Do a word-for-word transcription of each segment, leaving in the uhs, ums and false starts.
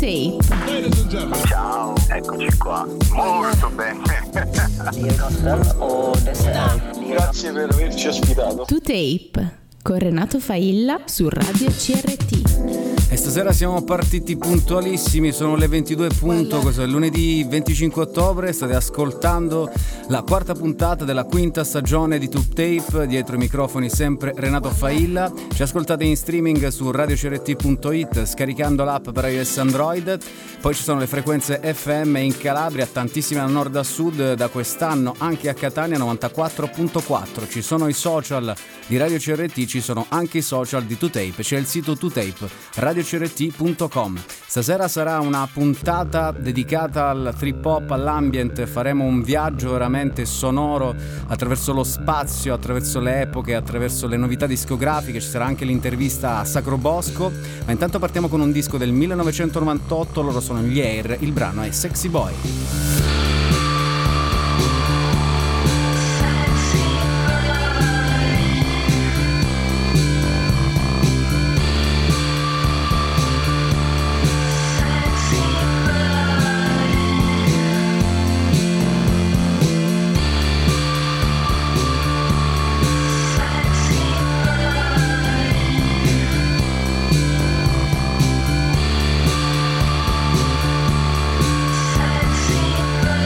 Tape. Ciao, eccoci qua. Molto bene. Grazie per averci ospitato. To Tape con Renato Failla su Radio C R T. E stasera siamo partiti puntualissimi, sono le ventidue punto, questo è lunedì venticinque ottobre, state ascoltando la quarta puntata della quinta stagione di Tube Tape, dietro i microfoni sempre Renato Failla. Ci ascoltate in streaming su radio c r t punto i t, scaricando l'app per iOS e Android, poi ci sono le frequenze F M in Calabria, tantissime a nord a sud, da quest'anno anche a Catania novantaquattro virgola quattro, ci sono i social di Radio C R T, ci sono anche i social di Tube Tape, c'è il sito Tube Tape, radio c r t punto com. Stasera sarà una puntata dedicata al trip hop, all'ambient, faremo un viaggio veramente sonoro attraverso lo spazio, attraverso le epoche, attraverso le novità discografiche, ci sarà anche l'intervista a Sacro Bosco, ma intanto partiamo con un disco del millenovecentonovantotto, loro sono gli Air, il brano è Sexy Boy. Sexy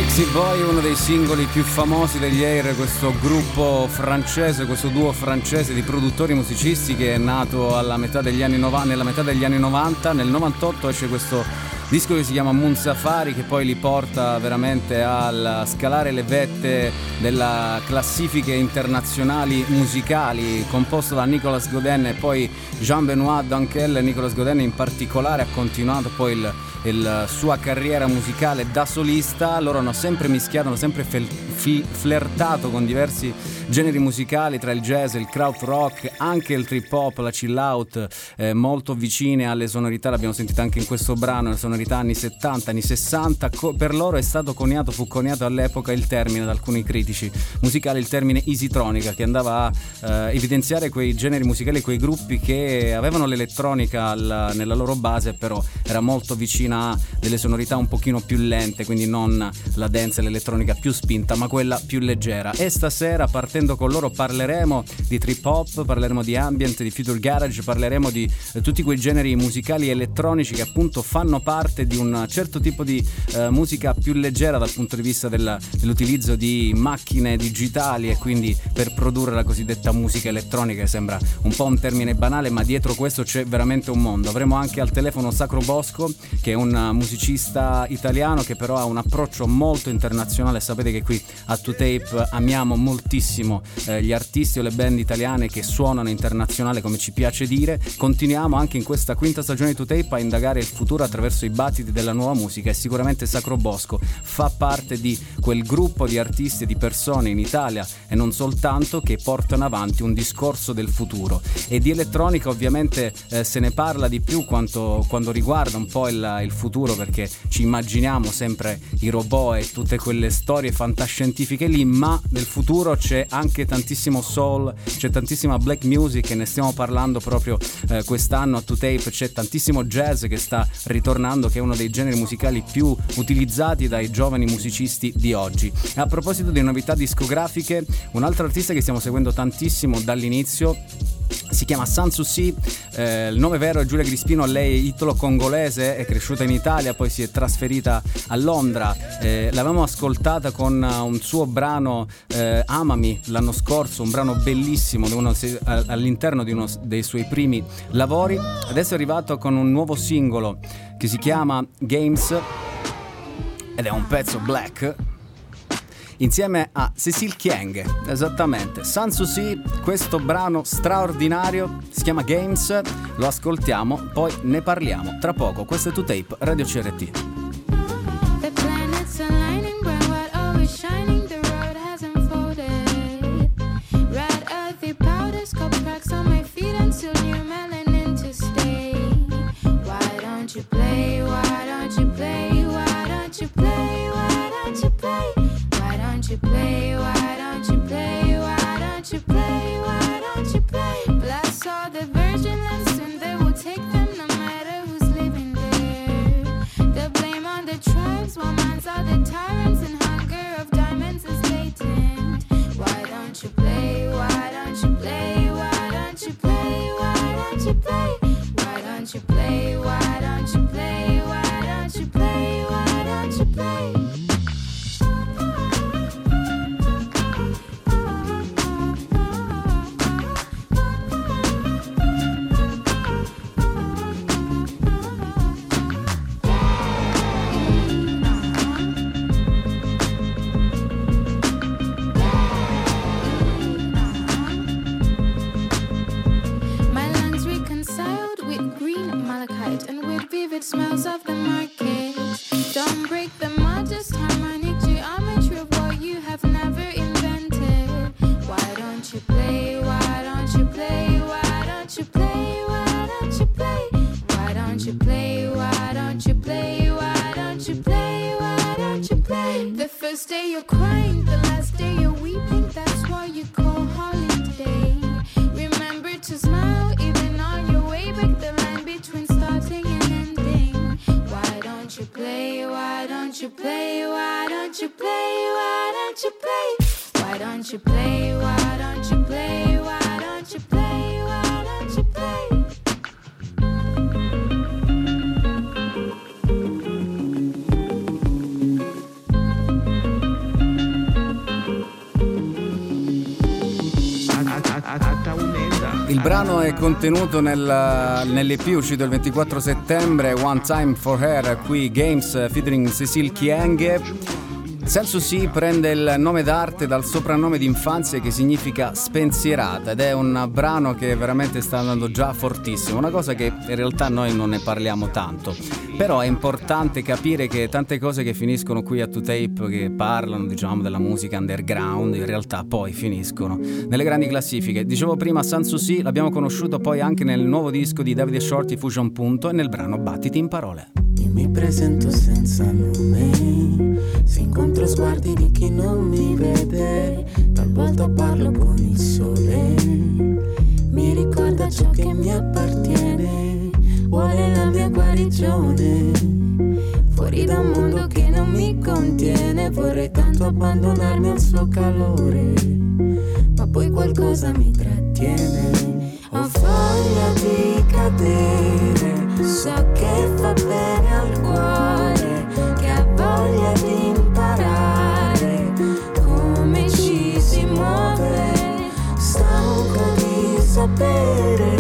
Sexy Boy, uno dei singoli più famosi degli Air, questo gruppo francese, questo duo francese di produttori musicisti che è nato alla metà degli anni novanta, nella metà degli anni novanta. Nel novantotto esce questo disco che si chiama Moon Safari, che poi li porta veramente a scalare le vette della classifiche internazionali musicali, composto da Nicolas Godin e poi Jean-Benoît Dunkel. Nicolas Godin in particolare ha continuato poi il la sua carriera musicale da solista. Loro hanno sempre mischiato, hanno sempre fel- fi- flirtato con diversi generi musicali, tra il jazz, il kraut rock, anche il trip hop, la chill out, eh, molto vicine alle sonorità, l'abbiamo sentita anche in questo brano, le sonorità anni settanta, anni sessanta. Co- per loro è stato coniato, fu coniato all'epoca il termine da alcuni critici musicali, il termine easytronica, che andava a eh, evidenziare quei generi musicali, quei gruppi che avevano l'elettronica al, nella loro base, però era molto vicina a delle sonorità un pochino più lente, quindi non la dance e l'elettronica più spinta, ma quella più leggera. E stasera, partendo con loro, parleremo di trip hop, parleremo di ambient, di future garage, parleremo di eh, tutti quei generi musicali elettronici che appunto fanno parte di un certo tipo di eh, musica più leggera dal punto di vista del, dell'utilizzo di macchine digitali, e quindi per produrre la cosiddetta musica elettronica, che sembra un po' un termine banale, ma dietro questo c'è veramente un mondo. Avremo anche al telefono Sacro Bosco, che è un musicista italiano che però ha un approccio molto internazionale. Sapete che qui a two tape amiamo moltissimo eh, gli artisti o le band italiane che suonano internazionale, come ci piace dire. Continuiamo anche in questa quinta stagione di two tape a indagare il futuro attraverso i battiti della nuova musica, e sicuramente Sacro Bosco fa parte di quel gruppo di artisti e di persone in Italia e non soltanto, che portano avanti un discorso del futuro. E di elettronica ovviamente eh, se ne parla di più quanto, quando riguarda un po' il, il futuro, perché ci immaginiamo sempre i robot e tutte quelle storie fantascientifiche lì, ma nel futuro c'è anche tantissimo soul, c'è tantissima black music, e ne stiamo parlando proprio eh, quest'anno a two tape. C'è tantissimo jazz che sta ritornando, che è uno dei generi musicali più utilizzati dai giovani musicisti di oggi. E a proposito di novità discografiche, un altro artista che stiamo seguendo tantissimo dall'inizio si chiama Sanssouci, eh, il nome vero è Giulia Grispino. Lei è italo-congolese, è cresciuta in Italia, poi si è trasferita a Londra. Eh, l'avevamo ascoltata con un suo brano eh, Amami l'anno scorso, un brano bellissimo uno, all'interno di uno dei suoi primi lavori. Adesso è arrivato con un nuovo singolo che si chiama Games ed è un pezzo black insieme a Cécile Kieng, esattamente. Sanssouci, questo brano straordinario si chiama Games, lo ascoltiamo, poi ne parliamo tra poco. Questo è two tape Radio C R T. The planets aligning, bright white always shining, the road has unfolded. Red earthy powder, sculpt cracks on my feet until new melanin to stay. Why don't you play, why don't you play, why don't you play, why don't you play? Why don't you play, why don't you play, why don't you play, why don't you play? Bless all the virgin lands and they will take them no matter who's living there. The blame on the tribes while minds are the tyrants and hunger of diamonds is latent. Why don't you play, why don't you play, why don't you play, why don't you play? Why don't you play, why don't you play, why don't you play, why don't you play? It smells of the market. Don't break the modest harmonic geometry of what you have never invented. Why don't you play? Why don't you play? Why don't you play? Why don't you play? Why don't you play? Why don't you play? Why don't you play? Why don't you play? The first day you're crying, the last day you're weeping. That's why you call holiday. Remember to smile even on your way back. The line between starting and why don't you play, why don't you play, why don't you play, why don't you play? Why don't you play, why don't you play, why don't you play, why don't you play? brano è contenuto nel, nell'E P uscito il ventiquattro settembre, One Time for Her, qui Games featuring Cecil Kyenge. Sensu Sì prende il nome d'arte dal soprannome d'infanzia che significa spensierata, ed è un brano che veramente sta andando già fortissimo, una cosa che in realtà noi non ne parliamo tanto, però è importante capire che tante cose che finiscono qui a To Tape, che parlano diciamo della musica underground, in realtà poi finiscono nelle grandi classifiche. Dicevo prima, Sensu Sì l'abbiamo conosciuto poi anche nel nuovo disco di Davide Shorty, Fusion Punto, e nel brano Battiti in Parole. Io mi presento senza nome, se incontro sguardi di chi non mi vede, talvolta parlo con il sole, mi ricorda ciò che mi appartiene, vuole la mia guarigione, fuori da un mondo che non mi contiene, vorrei tanto abbandonarmi al suo calore, ma poi qualcosa mi trattiene. Ho voglia di cadere, so che fa bene al cuore, che ha voglia di imparare come ci si muove, stanco di sapere,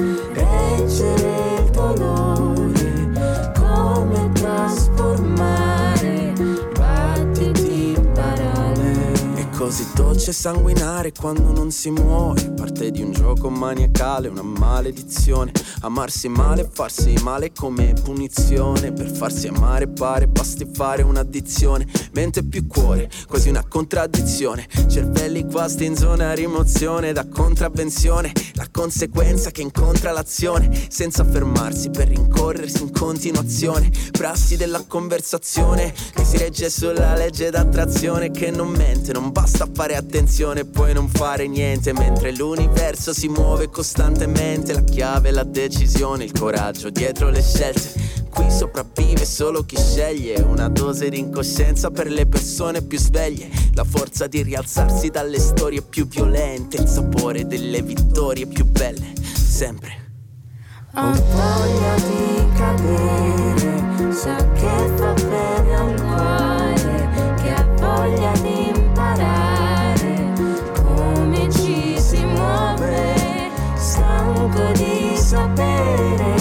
reggere il dolore, come trasformare battiti in parole. È così dolce sanguinare quando non si muore, parte di un gioco maniacale, una maledizione, amarsi male e farsi male come punizione, per farsi amare pare basti fare un'addizione, mente più cuore, quasi una contraddizione, cervelli guasti in zona rimozione, da contravvenzione, la conseguenza che incontra l'azione, senza fermarsi per rincorrersi in continuazione, prassi della conversazione che si regge sulla legge d'attrazione, che non mente, non basta fare attenzione e poi non fare niente, mentre l'universo si muove costantemente, la chiave è la decisione, il coraggio dietro le scelte. Qui sopravvive solo chi sceglie, una dose di incoscienza per le persone più sveglie, la forza di rialzarsi dalle storie più violente, il sapore delle vittorie più belle, sempre. Ho voglia di cadere, so che fa bene al cuore, che ha voglia di imparare come ci si muove, stanco di sapere,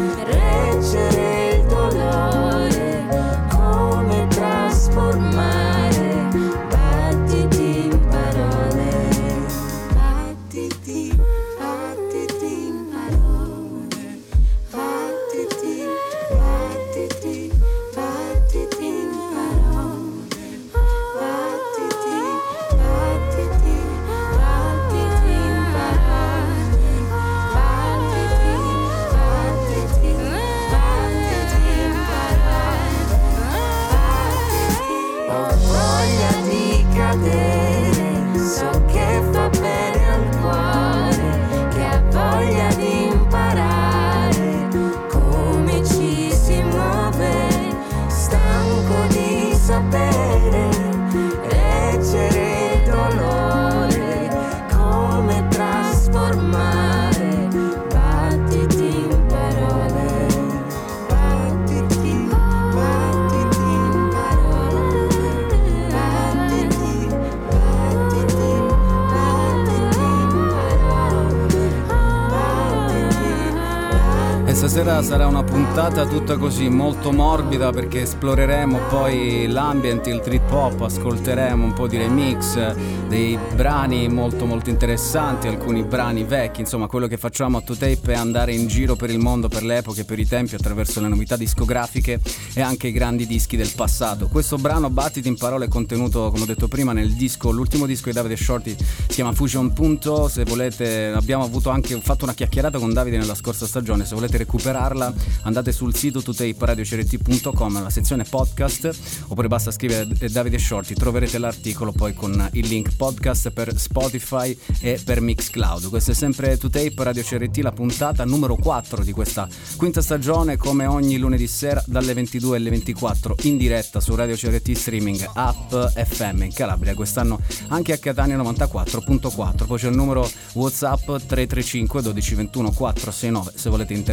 reggere il dolore, come trasformare battiti in parole, battiti, battiti in parole, battiti, battiti, battiti in parole, battiti, battiti, battiti in parole, battiti, battiti, battiti in parole, battiti. Ho voglia di cadere, so che fa bene al cuore, che ha voglia di imparare come ci si muove, stanco di sapere, reggere il dolore, come trasformare battiti in parole, battiti, battiti in parole, battiti, battiti, battiti in parole, battiti, E stasera sarà una puntata tutta così molto morbida, perché esploreremo poi l'ambient, il trip hop, ascolteremo un po' di remix, dei brani molto molto interessanti, alcuni brani vecchi, insomma quello che facciamo a To Tape è andare in giro per il mondo, per le epoche, per i tempi, attraverso le novità discografiche e anche i grandi dischi del passato. Questo brano Battiti in Parole è contenuto, come ho detto prima, nel disco, l'ultimo disco di Davide Shorty, si chiama Fusion Punto. Se volete, abbiamo avuto anche fatto una chiacchierata con Davide nella scorsa stagione, se volete recuperarla andate sul sito to tape radio c r t punto com, nella sezione podcast, oppure basta scrivere Davide Shorty, troverete l'articolo poi con il link podcast per Spotify e per Mixcloud. Questo è sempre To Tape Radio C R T, la puntata numero quattro di questa quinta stagione, come ogni lunedì sera dalle ventidue alle ventiquattro in diretta su Radio C R T streaming, app F M in Calabria, quest'anno anche a Catania novantaquattro virgola quattro. Poi c'è il numero WhatsApp tre tre cinque uno due due uno quattro sei nove se volete intervenire in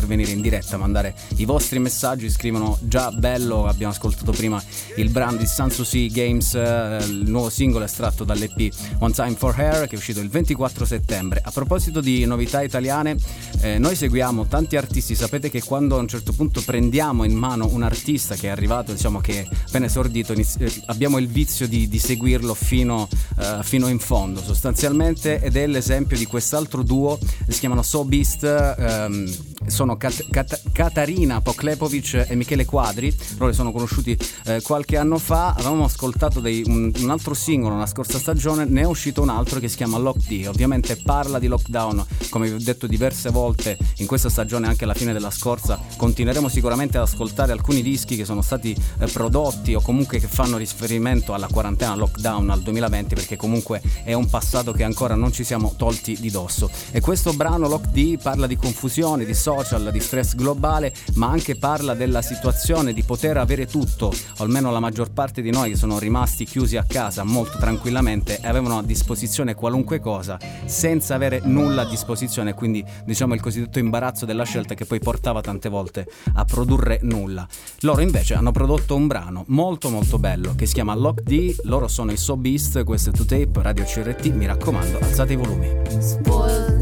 diretta, mandare i vostri messaggi. Scrivono: già bello, abbiamo ascoltato prima il brano di Sanssouci Games, eh, il nuovo singolo estratto dall'E P One Time for Her, che è uscito il ventiquattro settembre. A proposito di novità italiane, eh, noi seguiamo tanti artisti. Sapete che quando a un certo punto prendiamo in mano un artista che è arrivato, diciamo che appena esordito, inizi- eh, abbiamo il vizio di, di seguirlo fino, eh, fino in fondo sostanzialmente, ed è l'esempio di quest'altro duo, si chiamano So Beast, ehm, sono Kat- Kat- Katarina Poklepovic e Michele Quadri. Loro li sono conosciuti eh, qualche anno fa, avevamo ascoltato dei, un, un altro singolo la scorsa stagione, ne è uscito un altro che si chiama Lock D, ovviamente parla di lockdown, come vi ho detto diverse volte in questa stagione, anche alla fine della scorsa. Continueremo sicuramente ad ascoltare alcuni dischi che sono stati eh, prodotti o comunque che fanno riferimento alla quarantena, lockdown, al duemilaventi, perché comunque è un passato che ancora non ci siamo tolti di dosso. E questo brano Lock D parla di confusione, di social, di stress globale, ma anche parla della situazione di poter avere tutto, o almeno la maggior parte di noi che sono rimasti chiusi a casa molto tranquillamente e avevano a disposizione qualunque cosa senza avere nulla a disposizione, quindi diciamo il cosiddetto imbarazzo della scelta che poi portava tante volte a produrre nulla. Loro invece hanno prodotto un brano molto molto bello che si chiama Lock D, loro sono i So Beast, questo è To Tape, Radio C R T, mi raccomando, alzate i volumi. Spoiled.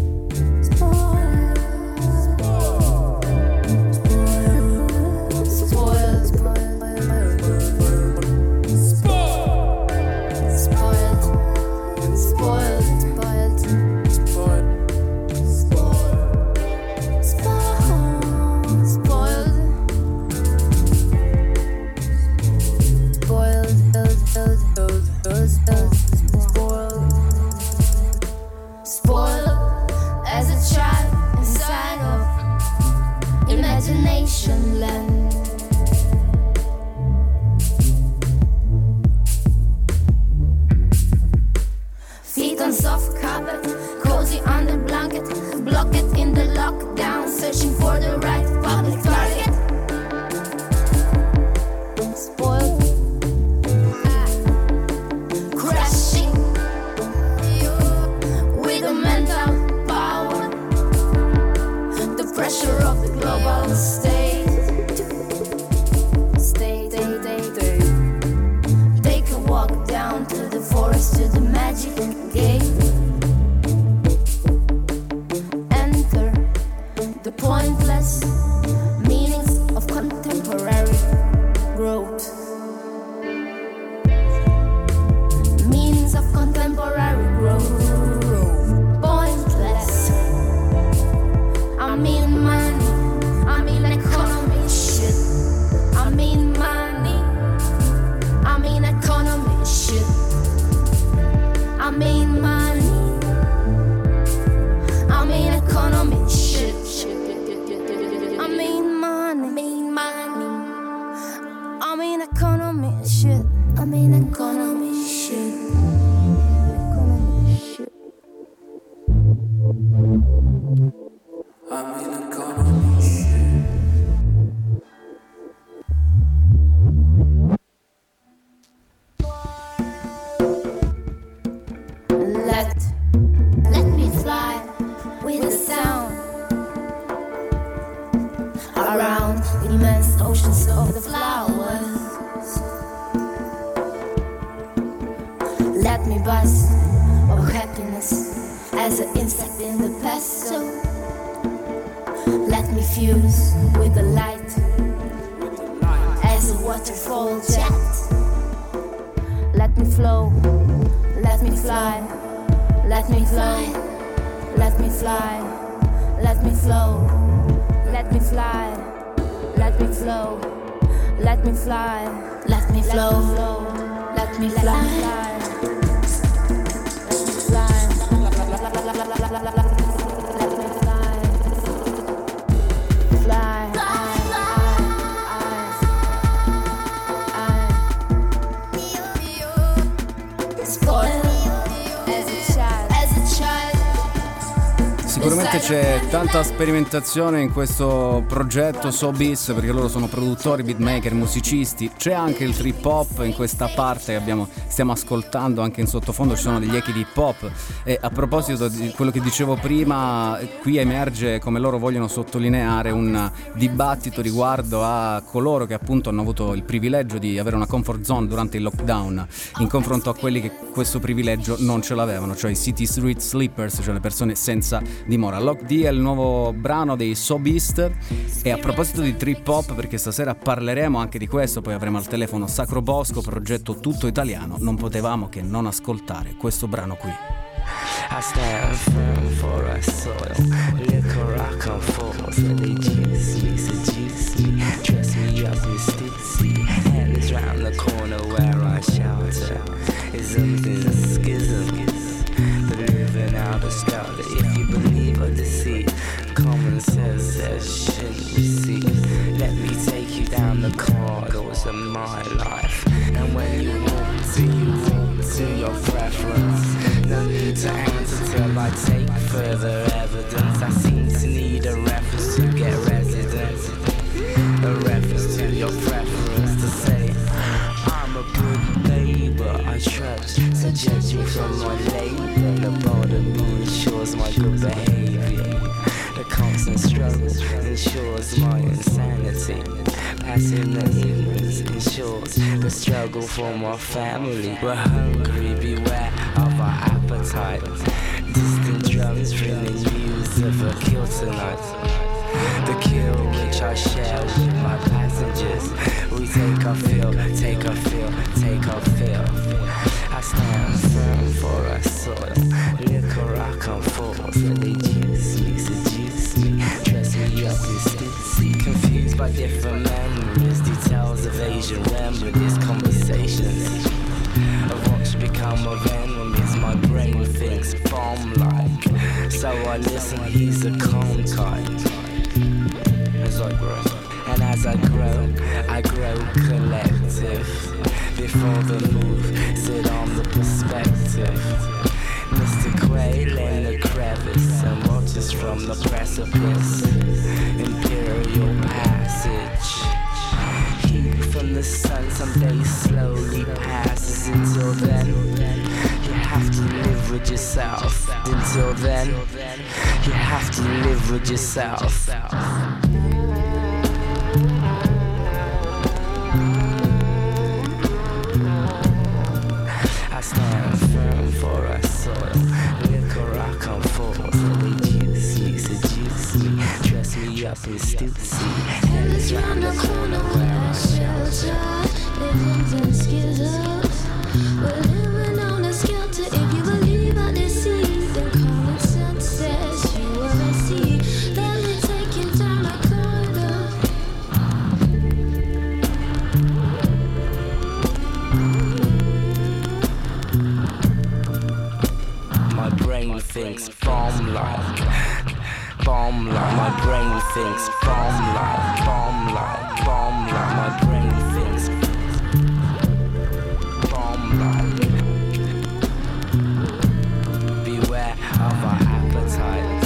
Imagination land. Feet on soft carpet, cozy under blanket, block it in the lockdown, searching for the right public target. Spoiled, crashing with the mental power, the pressure of the global state. Stay, stay, stay, stay. Take a walk down to the forest, to the magic gate. Enter the pointless meanings of contemporary growth. Meanings of contemporary growth. Pointless. I mean money. I mean economy shit. I mean money. I mean economy shit. I mean money. I mean economy shit. I mean money. Mean money. I mean economy shit. I mean economy shit. Economy shit. I mean economy shit. Let, let me fly with the sound around the immense oceans of the flowers. Let me buzz of happiness as an insect in the pesto. Let me fuse with the light as a waterfall jet. Let me flow, let me fly, let me fly, let me fly, let me flow, let me fly, let me flow, let me fly, let me flow, let me fly. Sicuramente c'è tanta sperimentazione in questo progetto SoBeast, perché loro sono produttori, beatmaker, musicisti. C'è anche il trip hop in questa parte che abbiamo, stiamo ascoltando, anche in sottofondo ci sono degli echi di hip hop. E a proposito di quello che dicevo prima, qui emerge come loro vogliono sottolineare un dibattito riguardo a coloro che appunto hanno avuto il privilegio di avere una comfort zone durante il lockdown, in confronto a quelli che questo privilegio non ce l'avevano, cioè i city street sleepers, cioè le persone senza dimora. Lock D è il nuovo brano dei SoBeast. E a proposito di trip hop, perché stasera parleremo anche di questo, poi avremo al telefono Sacro Bosco, progetto tutto italiano, non potevamo che non ascoltare questo brano qui. I stand firm for our soil. Liquor I come forth, they juice me, seduce me, dress me up in stitsy. Hands round the corner where I shelter. Isms in schisms, the living out of scout. If you believe or deceive, common sense says shouldn't receive. Let me take you down the corridors of my life. And when you walk to, you walk to your preference. No need to answer till I take further evidence. I seem to need a reference to get residence. A reference to your preference to say I'm a good neighbor, I trust. So judge me from my labor. The bottom ensures my good behavior. The constant struggle ensures my insanity. Passing the ignorance ensures the struggle for my family. We're hungry, beware of our appetite. Distant drums bringing news of a kill tonight. The kill which I share with my passengers. We take our fill, take our fill, take our fill. I stand firm for our soil. Liquor I come forth, they juice me, seduce me, dress me up in stitsy. Confused by different memories, details of Asian remedies, conversations of what's become of enemies. My brain thinks bomb-like, so I listen, he's a calm type. As I grow, and as I grow, I grow collective. Before the move, sit on the perspective. Mister Quail in the crevice and watches from the precipice. Imperial passage. Heat from the sun someday slowly passes. Until then, you have to live with yourself. Until then, you have to live with yourself. I stand firm for our soil. Liquor I come forth, they juice me, seduce me, dress me up in stupidity. Hands round the corner where I shelter. Living in schisms, we're living on a skelter. If you believe I deceive, then common sense says you are a seed. Let me take you down the corridor. My brain thinks bomb-like, bomb-like. My brain thinks bomb-like, bomb-like, bomb-like. My brain thinks bomb-like. Beware of our appetite.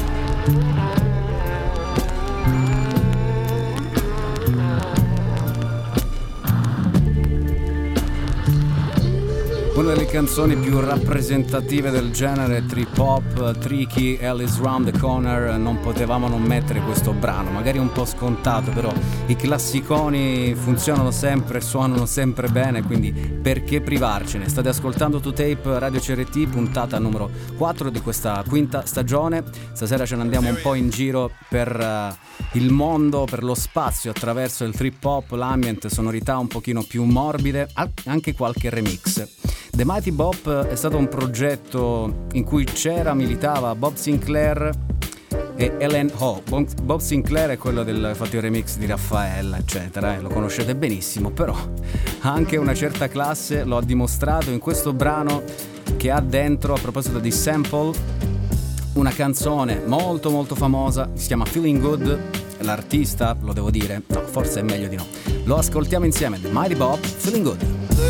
Una delle canzoni più rappresentative del genere trip hop, Tricky, Alice Round the Corner, non potevamo non mettere questo brano, magari un po' scontato, però i classiconi funzionano sempre, suonano sempre bene, quindi perché privarcene? State ascoltando To Tape Radio C R T, puntata numero quattro di questa quinta stagione. Stasera ce ne andiamo un po' in giro per uh, il mondo, per lo spazio, attraverso il trip hop, l'ambient, sonorità un pochino più morbide, anche qualche remix. The Mighty Bop è stato un progetto in cui c'era, militava Bob Sinclair e Ellen Ho. Bob Sinclair è quello del fatto il remix di Raffaella, eccetera, eh, lo conoscete benissimo, però ha anche una certa classe, lo ha dimostrato in questo brano che ha dentro, a proposito di sample, una canzone molto molto famosa, si chiama Feeling Good. L'artista, lo devo dire, no, forse è meglio di no. Lo ascoltiamo insieme, The Mighty Bop, Feeling Good.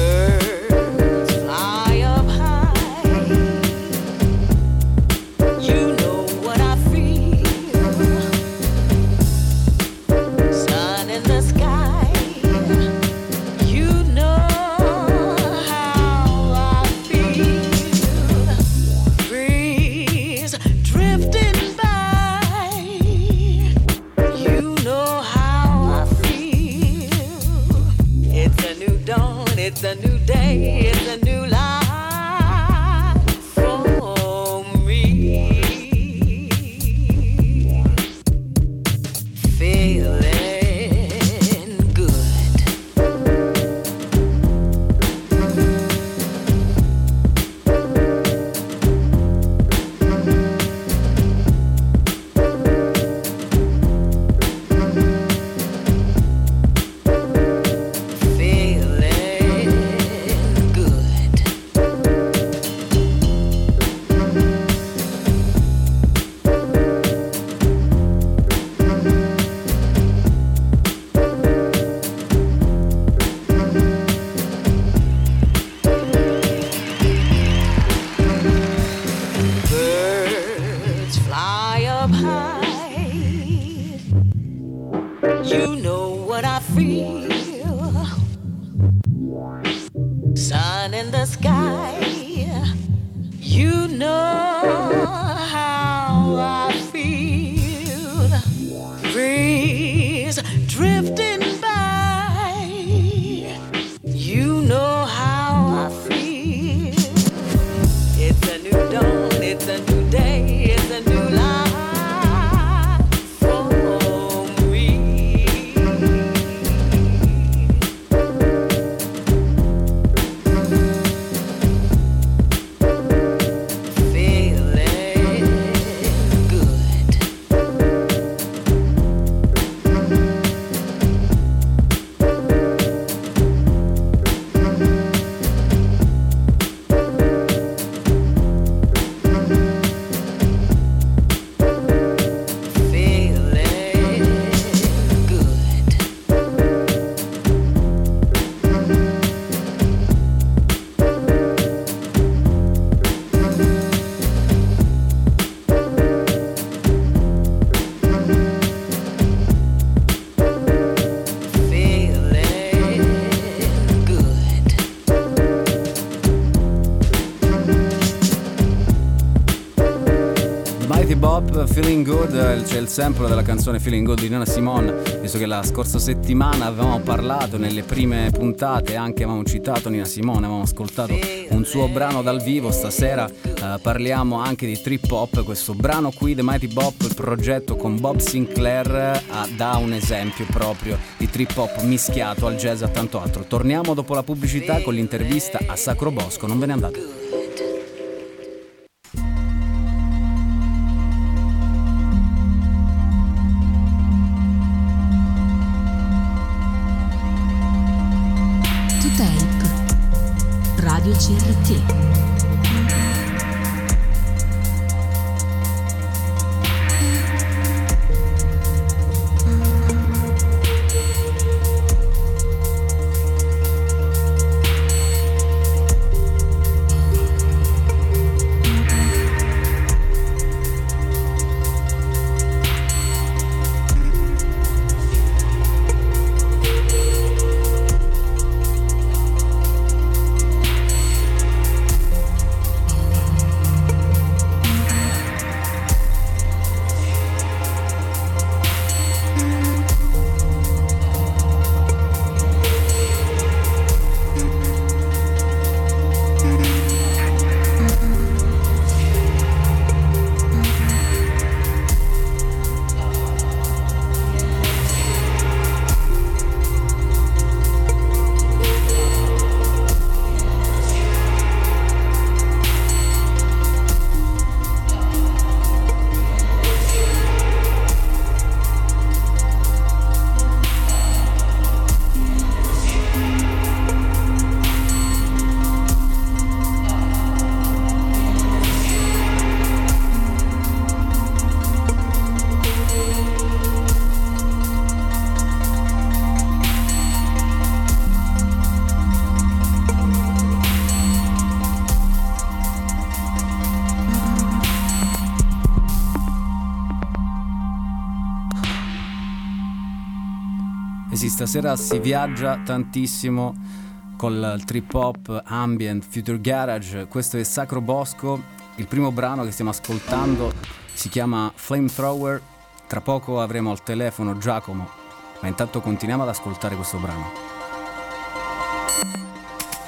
Fly up high, you know what I feel. It's a new day, it's a new life for me. Feeling Feeling Good, c'è il sample della canzone Feeling Good di Nina Simone, visto che la scorsa settimana avevamo parlato nelle prime puntate, anche avevamo citato Nina Simone, avevamo ascoltato un suo brano dal vivo. Stasera eh, parliamo anche di trip hop. Questo brano qui, The Mighty Bop, il progetto con Bob Sinclair, eh, dà un esempio proprio di trip hop mischiato al jazz e a tanto altro. Torniamo dopo la pubblicità con l'intervista a Sacro Bosco, non ve ne andate. Radio C R T. sì, stasera si viaggia tantissimo col trip hop, ambient, future garage. Questo è Sacro Bosco. Il primo brano che stiamo ascoltando si chiama Flamethrower. Tra poco avremo al telefono Giacomo, ma intanto continuiamo ad ascoltare questo brano.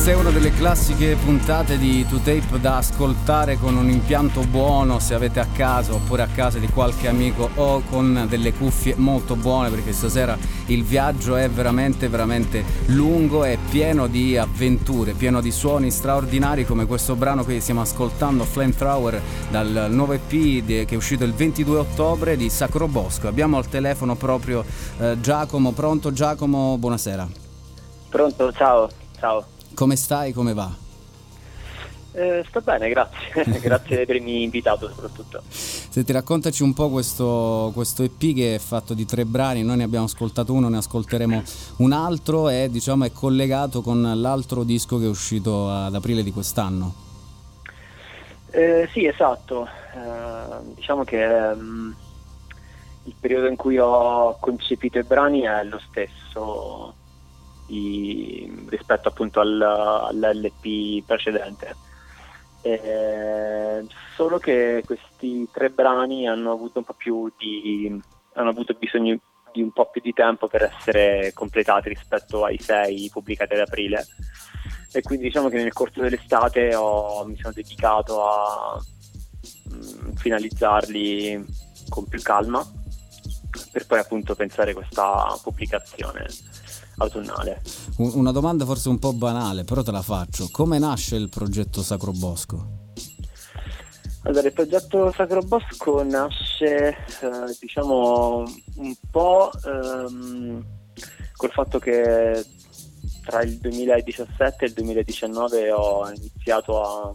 Questa è una delle classiche puntate di To Tape da ascoltare con un impianto buono, se avete a casa oppure a casa di qualche amico, o con delle cuffie molto buone, perché stasera il viaggio è veramente veramente lungo e pieno di avventure, pieno di suoni straordinari come questo brano che stiamo ascoltando, Flamethrower, dal nuovo E P di, che è uscito il ventidue ottobre, di Sacro Bosco. Abbiamo al telefono proprio eh, Giacomo. Pronto Giacomo? Buonasera. Pronto, ciao, ciao. Come stai? Come va? Eh, sto bene, grazie. Grazie di avermi invitato soprattutto. Senti, raccontaci un po' questo, questo E P che è fatto di tre brani. Noi ne abbiamo ascoltato uno, ne ascolteremo un altro e diciamo è collegato con l'altro disco che è uscito ad aprile di quest'anno. Eh, sì, esatto. Eh, diciamo che um, il periodo in cui ho concepito i brani è lo stesso di, rispetto appunto al, all'L P precedente. Eh, solo che questi tre brani hanno avuto un po' più di hanno avuto bisogno di un po' più di tempo per essere completati rispetto ai sei pubblicati ad aprile, e quindi diciamo che nel corso dell'estate ho, mi sono dedicato a mh, finalizzarli con più calma per poi appunto pensare a questa pubblicazione autunnale. Una domanda forse un po' banale, però te la faccio. Come nasce il progetto Sacro Bosco? Allora, il progetto Sacro Bosco nasce eh, diciamo un po' ehm, col fatto che tra il duemiladiciassette e il duemiladiciannove ho iniziato a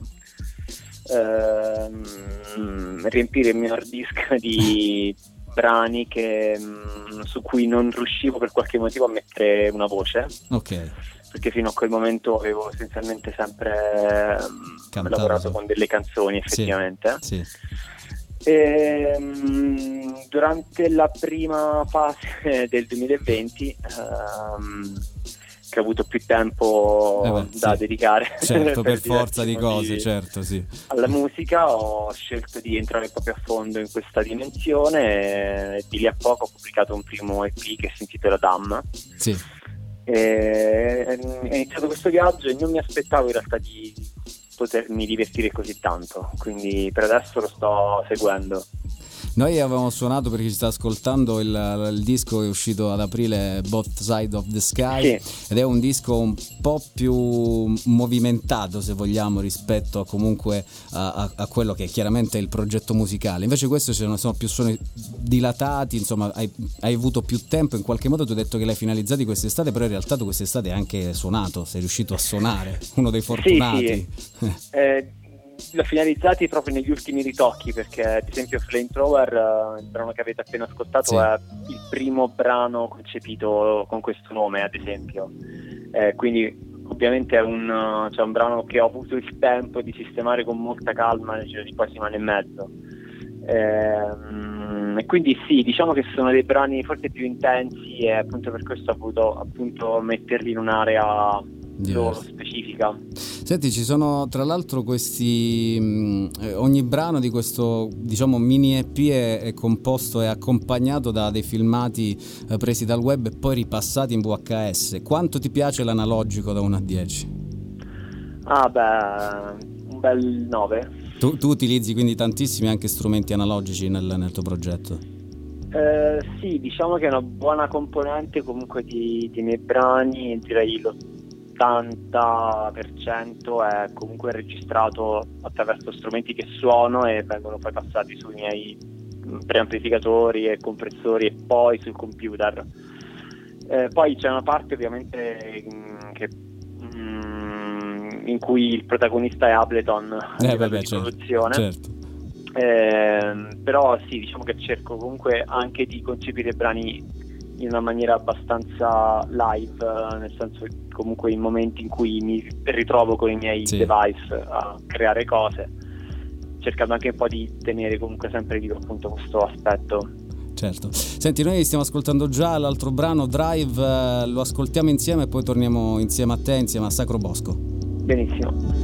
ehm, riempire il mio hard disk di brani che, mh, su cui non riuscivo per qualche motivo a mettere una voce. Ok. Perché fino a quel momento avevo essenzialmente sempre Cantato. lavorato con delle canzoni effettivamente. Sì, sì. E, mh, durante la prima fase del duemilaventi um, che ho avuto più tempo eh beh, da sì. dedicare certo per, per forza di cose, certo, sì. alla musica, ho scelto di entrare proprio a fondo in questa dimensione e di lì a poco ho pubblicato un primo E P che si intitola Dam. Sì. E è iniziato questo viaggio e non mi aspettavo in realtà di potermi divertire così tanto, quindi per adesso lo sto seguendo. Noi avevamo suonato, per chi ci sta ascoltando, il, il disco che è uscito ad aprile, Both Side of the Sky, sì. Ed è un disco un po' più movimentato, se vogliamo, rispetto a comunque a, a, a quello che è chiaramente il progetto musicale. Invece questo sono, sono più suoni dilatati, insomma hai, hai avuto più tempo, in qualche modo tu hai detto che l'hai finalizzati quest'estate, però in realtà tu quest'estate hai anche suonato, sei riuscito a suonare, uno dei fortunati. Sì, sì. eh, l'ho finalizzati proprio negli ultimi ritocchi, perché ad esempio Flamethrower, uh, il brano che avete appena ascoltato, sì. È il primo brano concepito con questo nome, ad esempio, eh, quindi ovviamente è un, uh, cioè un brano che ho avuto il tempo di sistemare con molta calma nel giro di quasi un anno e mezzo, eh, e quindi sì, diciamo che sono dei brani forse più intensi e appunto per questo ho voluto appunto metterli in un'area loro specifica. Senti, ci sono tra l'altro questi mh, ogni brano di questo diciamo mini E P è, è composto e accompagnato da dei filmati eh, presi dal web e poi ripassati in V H S. Quanto ti piace l'analogico da uno a dieci? Ah beh, un bel nove. Tu, tu utilizzi quindi tantissimi anche strumenti analogici nel, nel tuo progetto? Eh, sì, diciamo che è una buona componente comunque di, dei miei brani, direi lo ottanta per cento è comunque registrato attraverso strumenti che suono e vengono poi passati sui miei preamplificatori e compressori e poi sul computer. Eh, poi c'è una parte ovviamente mh, che, mh, in cui il protagonista è Ableton eh, a vabbè, di certo, produzione. Certo. Eh, però sì, diciamo che cerco comunque anche di concepire brani in una maniera abbastanza live, nel senso che comunque in momenti in cui mi ritrovo con i miei sì. device a creare cose, cercando anche un po' di tenere comunque sempre vivo appunto questo aspetto. Certo. Senti, noi stiamo ascoltando già l'altro brano, Drive, eh, lo ascoltiamo insieme e poi torniamo insieme a te, insieme a Sacro Bosco. Benissimo.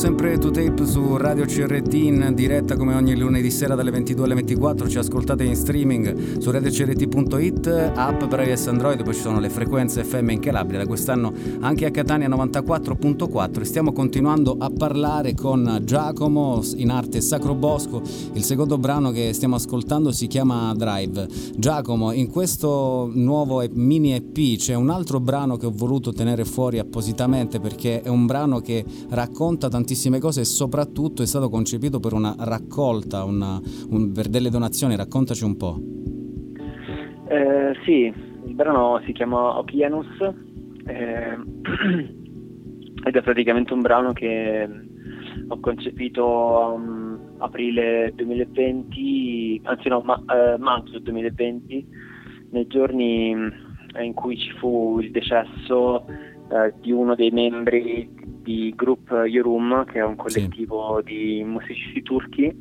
sempre To Tape su Radio C R T in diretta come ogni lunedì sera dalle ventidue alle ventiquattro. Ci ascoltate in streaming su radio c r t punto i t, app per iOS Android, poi ci sono le frequenze F M in Calabria, da quest'anno anche a Catania novantaquattro virgola quattro. E stiamo continuando a parlare con Giacomo, in arte Sacro Bosco. Il secondo brano che stiamo ascoltando si chiama Drive. Giacomo, in questo nuovo mini E P c'è un altro brano che ho voluto tenere fuori appositamente perché è un brano che racconta tantissime cose e soprattutto è stato concepito per una raccolta, una, un, per delle donazioni. Raccontaci un po'. Eh, sì, il brano si chiama Oceanus eh, ed è praticamente un brano che ho concepito a um, aprile duemilaventi, anzi no, ma, eh, maggio duemilaventi, nei giorni in cui ci fu il decesso eh, di uno dei membri di Group Yorum, che è un collettivo sì. di musicisti turchi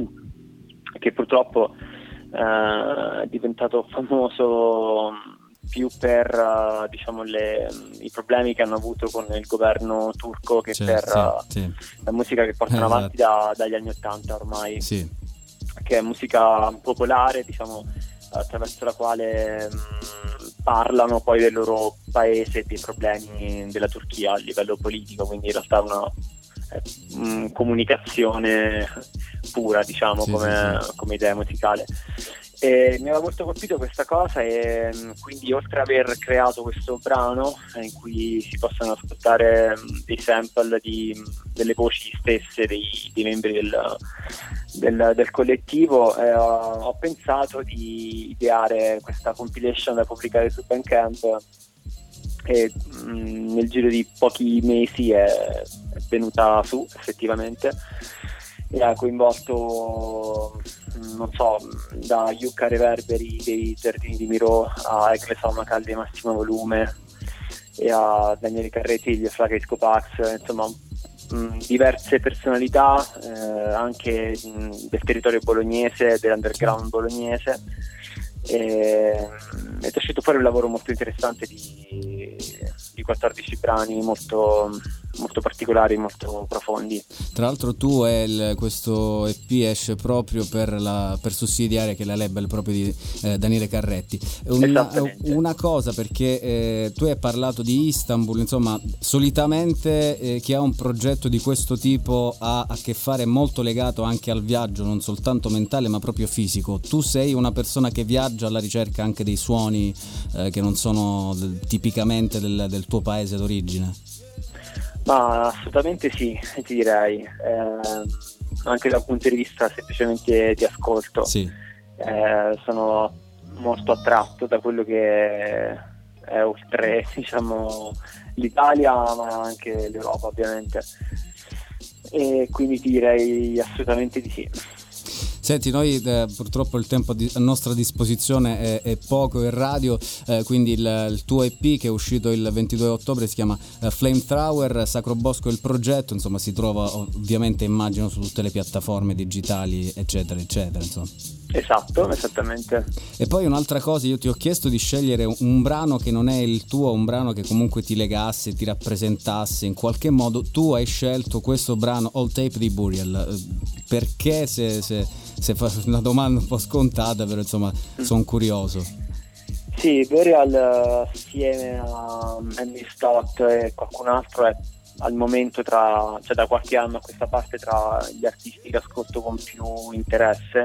che purtroppo eh, è diventato famoso più per uh, diciamo le, i problemi che hanno avuto con il governo turco che sì, per sì, uh, sì. la musica che portano esatto. avanti da, dagli anni ottanta ormai, sì. che è musica popolare, diciamo, attraverso la quale mh, parlano poi del loro paese e dei problemi della Turchia a livello politico, quindi in realtà una eh, mh, comunicazione pura, diciamo, sì, come, sì, sì. come idea musicale. E mi aveva molto colpito questa cosa e quindi, oltre ad aver creato questo brano in cui si possono ascoltare dei sample di, delle voci stesse dei, dei membri del, del, del collettivo, eh, ho pensato di ideare questa compilation da pubblicare su Bandcamp e mh, nel giro di pochi mesi è, è venuta su effettivamente e ha coinvolto, non so, da Yucca Reverberi dei Giardini di Miro a Egle Sommacal di Massimo Volume e a Daniele Carretti degli Efraghi Scopax, insomma mh, diverse personalità eh, anche mh, del territorio bolognese, dell'underground bolognese, e è uscito fuori un lavoro molto interessante di, di quattordici brani molto, molto particolari, molto profondi. Tra l'altro tu è il, questo E P esce proprio per, la, per sussidiare che è la label proprio di eh, Daniele Carretti. Una, una cosa, perché eh, tu hai parlato di Istanbul, insomma solitamente eh, chi ha un progetto di questo tipo ha a che fare molto legato anche al viaggio, non soltanto mentale ma proprio fisico. Tu sei una persona che viaggia alla ricerca anche dei suoni eh, che non sono del, tipicamente del, del tuo paese d'origine? Ma assolutamente sì, ti direi, eh, anche dal punto di vista semplicemente di ascolto, sì. eh, sono molto attratto da quello che è oltre, diciamo, l'Italia ma anche l'Europa ovviamente, e quindi ti direi assolutamente di sì. Senti, noi eh, purtroppo il tempo di, a nostra disposizione è, è poco in radio, eh, quindi il, il tuo E P che è uscito il ventidue ottobre si chiama eh, Flamethrower, Sacro Bosco è il progetto, insomma si trova ovviamente, immagino, su tutte le piattaforme digitali eccetera eccetera, insomma. Esatto, esattamente. E poi un'altra cosa, io ti ho chiesto di scegliere un, un brano che non è il tuo, un brano che comunque ti legasse, ti rappresentasse in qualche modo. Tu hai scelto questo brano All Tape di Burial, perché? Se, se, se fa una domanda un po' scontata, però insomma sono curioso. Sì, Burial assieme a Andy Stott e qualcun altro è al momento, tra, cioè da qualche anno a questa parte, tra gli artisti che ascolto con più interesse,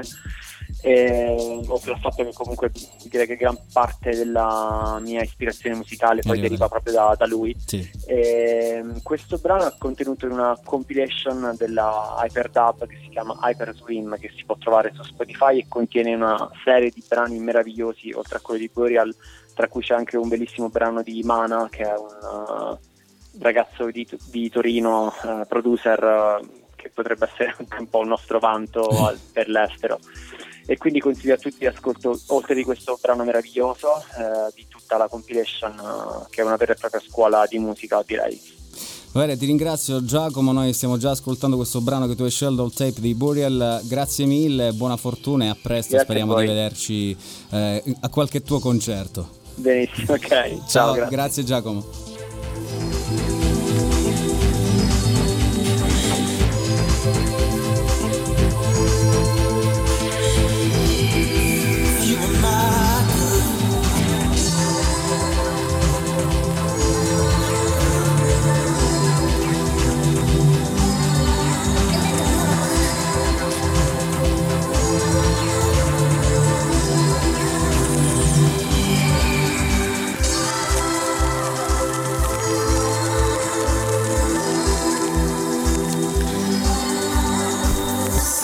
e oltre al fatto che comunque direi che gran parte della mia ispirazione musicale poi Arriva. deriva proprio da, da lui. Sì. E questo brano è contenuto in una compilation della Hyperdub che si chiama Hyper Swim, che si può trovare su Spotify, e contiene una serie di brani meravigliosi oltre a quello di Burial, tra cui c'è anche un bellissimo brano di Mana, che è un uh, ragazzo di, di Torino, uh, producer, uh, che potrebbe essere anche un po' un nostro vanto al, per l'estero. E quindi consiglio a tutti l'ascolto, oltre di questo brano meraviglioso, eh, di tutta la compilation, eh, che è una vera e propria scuola di musica, direi. Va bene, ti ringrazio Giacomo, noi stiamo già ascoltando questo brano che tu hai scelto, All Tape di Burial. Grazie mille, buona fortuna e a presto. Grazie, speriamo di vederci eh, a qualche tuo concerto. Benissimo, ok. Ciao, Ciao, grazie. grazie Giacomo.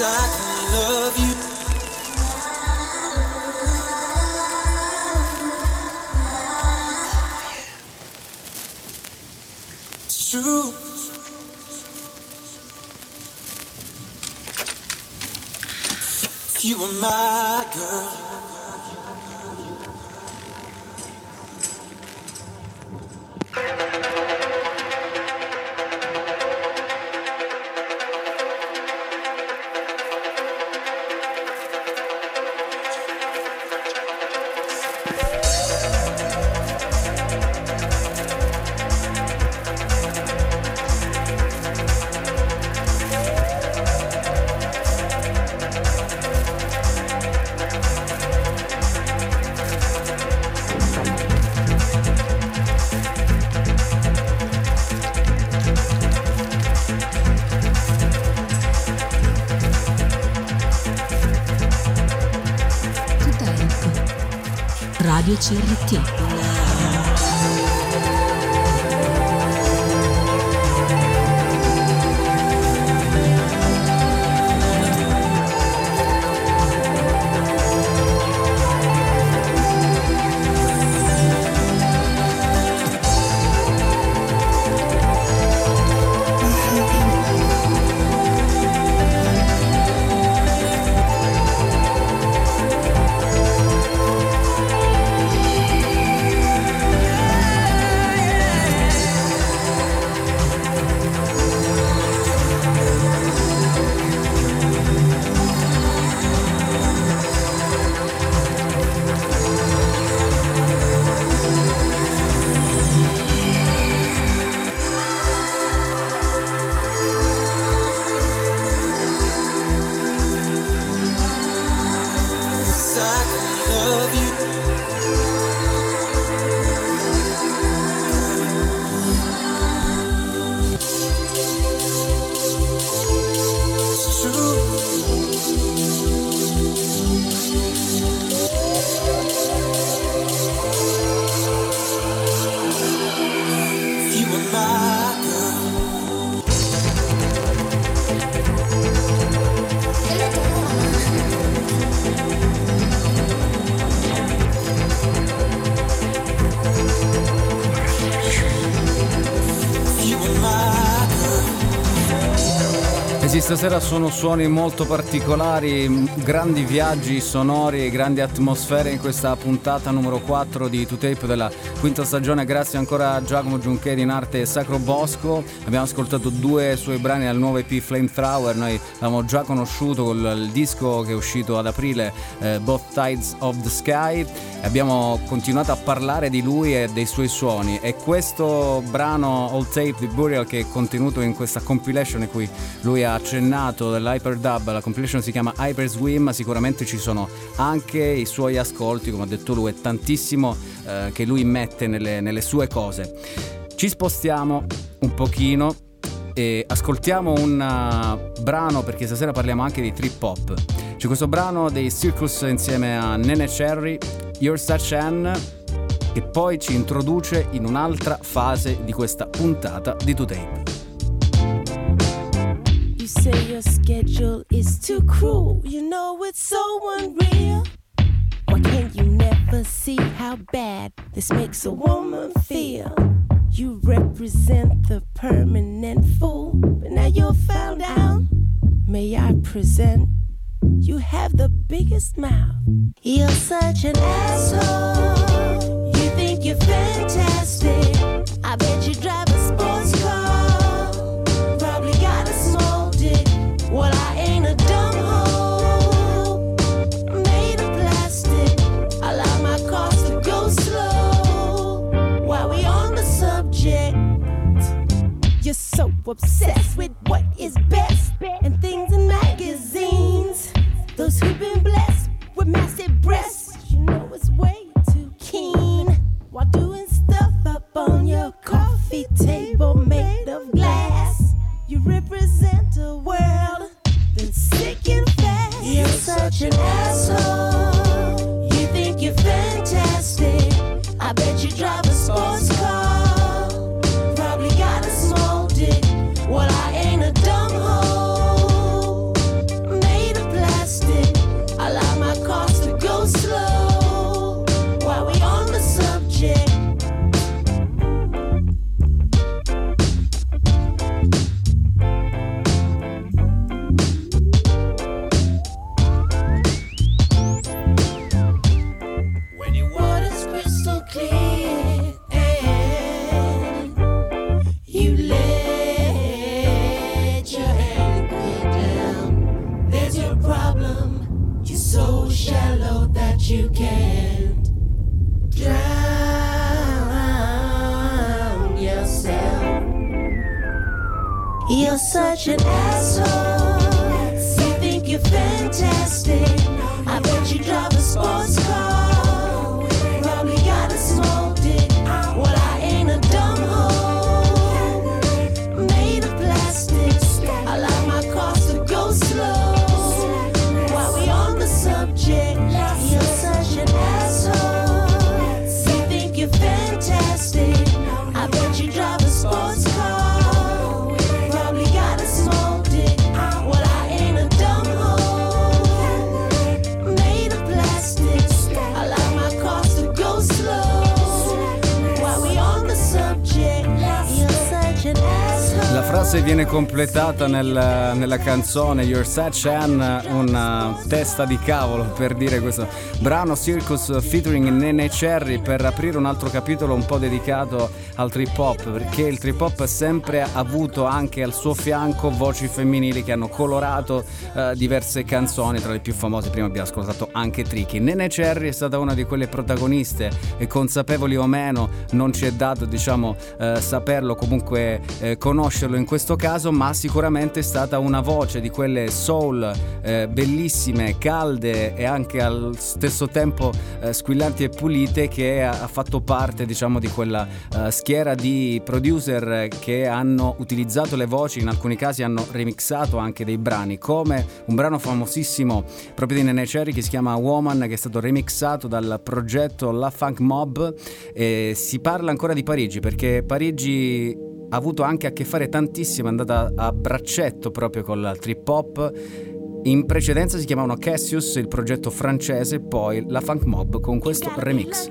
I can love you. It's true. You were my girl. Radio C R T. Stasera sono suoni molto particolari, grandi viaggi sonori, grandi atmosfere in questa puntata numero quattro di To Tape della quinta stagione. Grazie ancora a Giacomo Giuncheri in arte Sacro Bosco. Abbiamo ascoltato due suoi brani al nuovo E P Flamethrower. Noi l'avevamo già conosciuto con il disco che è uscito ad aprile, eh, Both Sides of the Sky. Abbiamo continuato a parlare di lui e dei suoi suoni, e questo brano All Tape di Burial, che è contenuto in questa compilation in cui lui ha accennato dell'Hyperdub, la compilation si chiama Hyper Swim, sicuramente ci sono anche i suoi ascolti, come ha detto lui, è tantissimo eh, che lui mette nelle, nelle sue cose. Ci spostiamo un pochino e ascoltiamo un uh, brano, perché stasera parliamo anche di trip hop. C'è questo brano dei Circus insieme a Nene Cherry, You're Such An, che poi ci introduce in un'altra fase di questa puntata di To Tape. You say your schedule is too cruel, you know it's so unreal. Why can't you never see how bad this makes a woman feel? You represent the permanent fool, but now you're found out. May I present? You have the biggest mouth. You're such an asshole. You think you're fantastic. I bet you drive a sports car. Probably got a small dick. Well, I ain't a dumb hoe. Made of plastic. I like my cars to go slow. While we on the subject, you're so obsessed with what is best and things in magazines. Those who've been blessed with massive breasts, you know it's way too keen. While doing stuff up on your coffee table made of glass, you represent a world that's sick and fast. You're such an asshole. You think you're fantastic. I bet you drive a sports car. Probably got a small dick. Well, I ain't a dumb hoe. Maybe you can't drown yourself. You're such an asshole. You think you're fantastic. I bet you drive a sports car. Probably got a small dick. Well, I ain't a dumb hoe made of plastic. I like my cars to go slow. While we on the subject, you're such an asshole. You think you're fantastic. I bet you drive a sports car. Probably got a small dick. Well, I ain't a dumb hoe made of plastic. I like my cars to go slow. While we on the subject, you're such an asshole. La frase viene completata nel, nella canzone You're Such An, una testa di cavolo per dire questo brano Circus featuring Nene Cherry, per aprire un altro capitolo un po' dedicato al trip hop, perché il trip hop ha sempre avuto anche al suo fianco voci femminili che hanno colorato eh, diverse canzoni. Tra le più famose prima abbiamo ascoltato anche Tricky. Nene Cherry è stata una di quelle protagoniste, e consapevoli o meno non ci è dato diciamo eh, saperlo, comunque eh, conoscerlo in questo caso, ma sicuramente è stata una voce di quelle soul eh, bellissime, calde e anche al stesso tempo eh, squillanti e pulite, che ha, ha fatto parte diciamo di quella eh, schiera di producer che hanno utilizzato le voci, in alcuni casi hanno remixato anche dei brani, come un brano famosissimo proprio di Nene Cherry che si chiama Woman, che è stato remixato dal progetto La Funk Mob. E si parla ancora di Parigi, perché Parigi ha avuto anche a che fare tantissimo, è andata a braccetto proprio con la trip hop. In precedenza si chiamavano Cassius, il progetto francese, poi la Funk Mob con questo remix.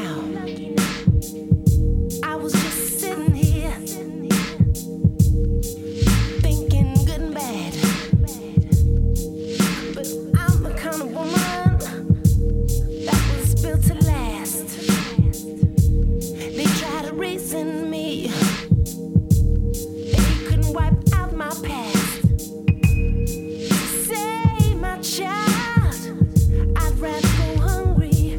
I'd rather go hungry.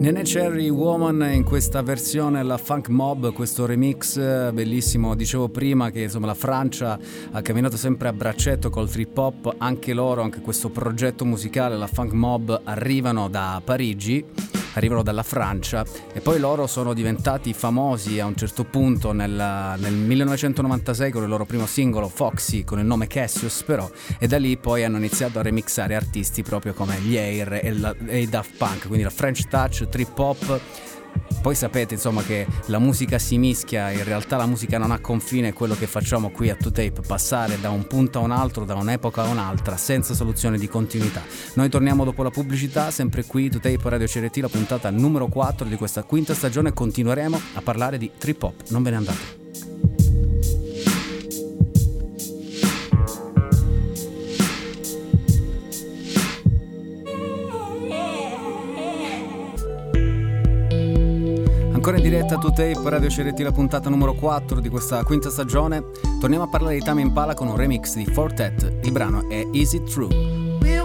Nene Cherry Woman in questa versione, la Funk Mob, questo remix bellissimo. Dicevo prima che insomma la Francia ha camminato sempre a braccetto col trip hop, anche loro, anche questo progetto musicale, la Funk Mob, arrivano da Parigi, arrivano dalla Francia e poi loro sono diventati famosi a un certo punto nel, nel millenovecentonovantasei con il loro primo singolo Foxy, con il nome Cassius però, e da lì poi hanno iniziato a remixare artisti proprio come gli Air e, la, e i Daft Punk, quindi la French Touch, trip hop. Poi sapete insomma che la musica si mischia, in realtà la musica non ha confine, è quello che facciamo qui a two tape, passare da un punto a un altro, da un'epoca a un'altra, senza soluzione di continuità. Noi torniamo dopo la pubblicità, sempre qui two tape Radio C R T, la puntata numero quattro di questa quinta stagione, continueremo a parlare di trip hop, non ve ne andate. Ancora in diretta two tape Radio C R T, la puntata numero quattro di questa quinta stagione. Torniamo a parlare di Tame Impala con un remix di Fortet. Il brano è Is It True?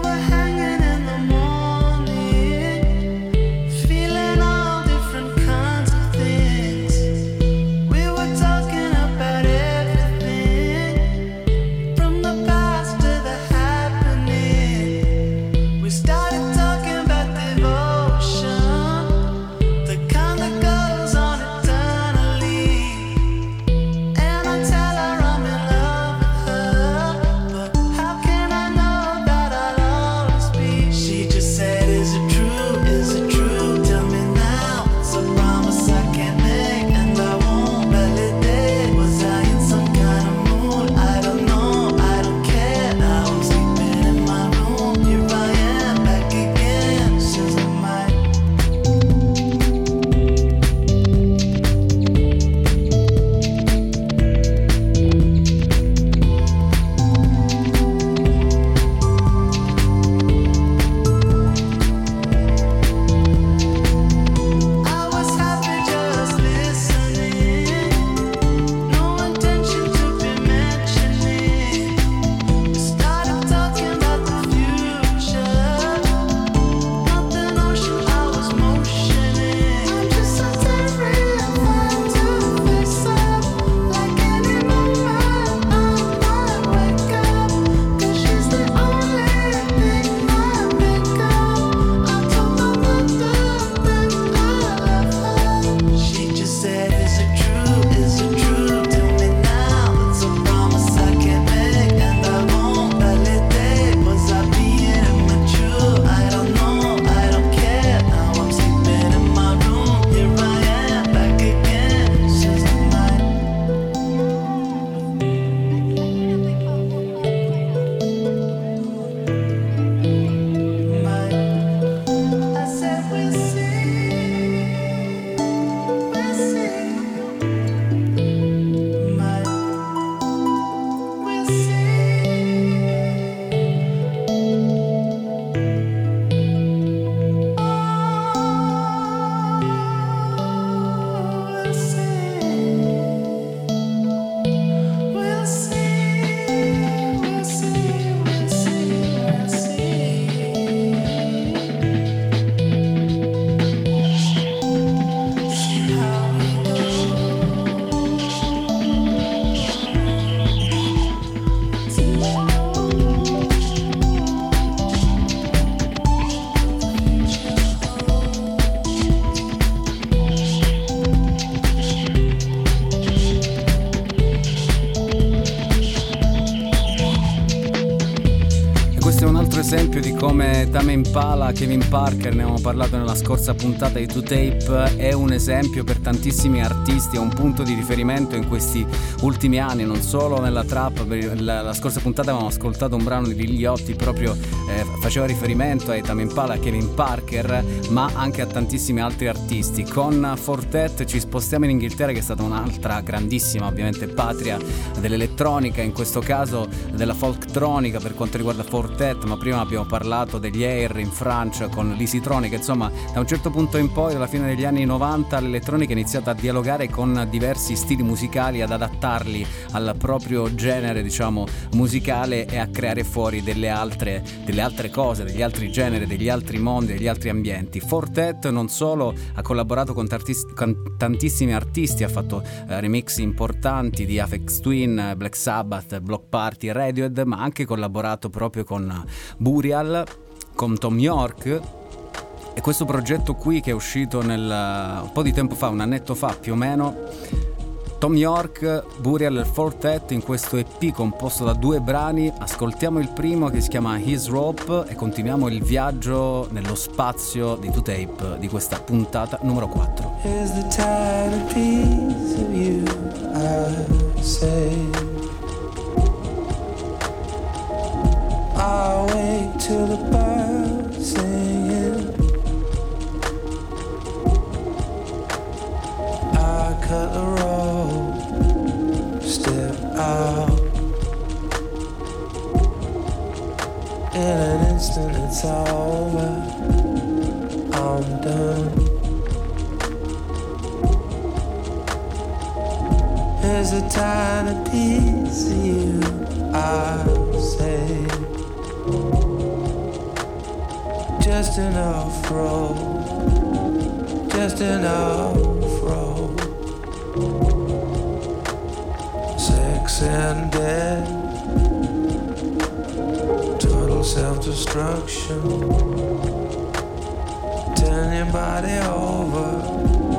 Esempio di come Tame Impala, Kevin Parker, ne avevamo parlato nella scorsa puntata di two tape, è un esempio per tantissimi artisti, è un punto di riferimento in questi ultimi anni, non solo nella trap. La, la scorsa puntata avevamo ascoltato un brano di Lil Yachty, proprio eh, faceva riferimento ai Tame Impala, a Kevin Parker, ma anche a tantissimi altri artisti. Con Fortet ci spostiamo in Inghilterra, che è stata un'altra grandissima ovviamente patria dell'elettronica, in questo caso della folktronica per quanto riguarda Fortet, ma prima prima abbiamo parlato degli Air in Francia con l'Easytronic, insomma da un certo punto in poi, alla fine degli anni novanta, l'elettronica ha iniziato a dialogare con diversi stili musicali, ad adattarli al proprio genere, diciamo, musicale, e a creare fuori delle altre, delle altre cose, degli altri generi, degli altri mondi, degli altri ambienti. Four Tet non solo ha collaborato con, tartis- con tantissimi artisti, ha fatto eh, remix importanti di Aphex Twin, Black Sabbath, Block Party, Radiohead, ma ha anche collaborato proprio con Burial, con Tom York. E questo progetto qui, che è uscito nel, un po' di tempo fa, un annetto fa più o meno, Tom York, Burial e Four Tet, in questo E P composto da due brani. Ascoltiamo il primo, che si chiama His Rope, e continuiamo il viaggio nello spazio di two tape di questa puntata numero quattro. Is the tiny piece of you I say. I'll wait till the birds singing. I cut the road, step out. In an instant it's over, I'm done. There's a tiny piece of you I say. Just enough road, just enough road. Sex and death, total self-destruction. Turn your body over.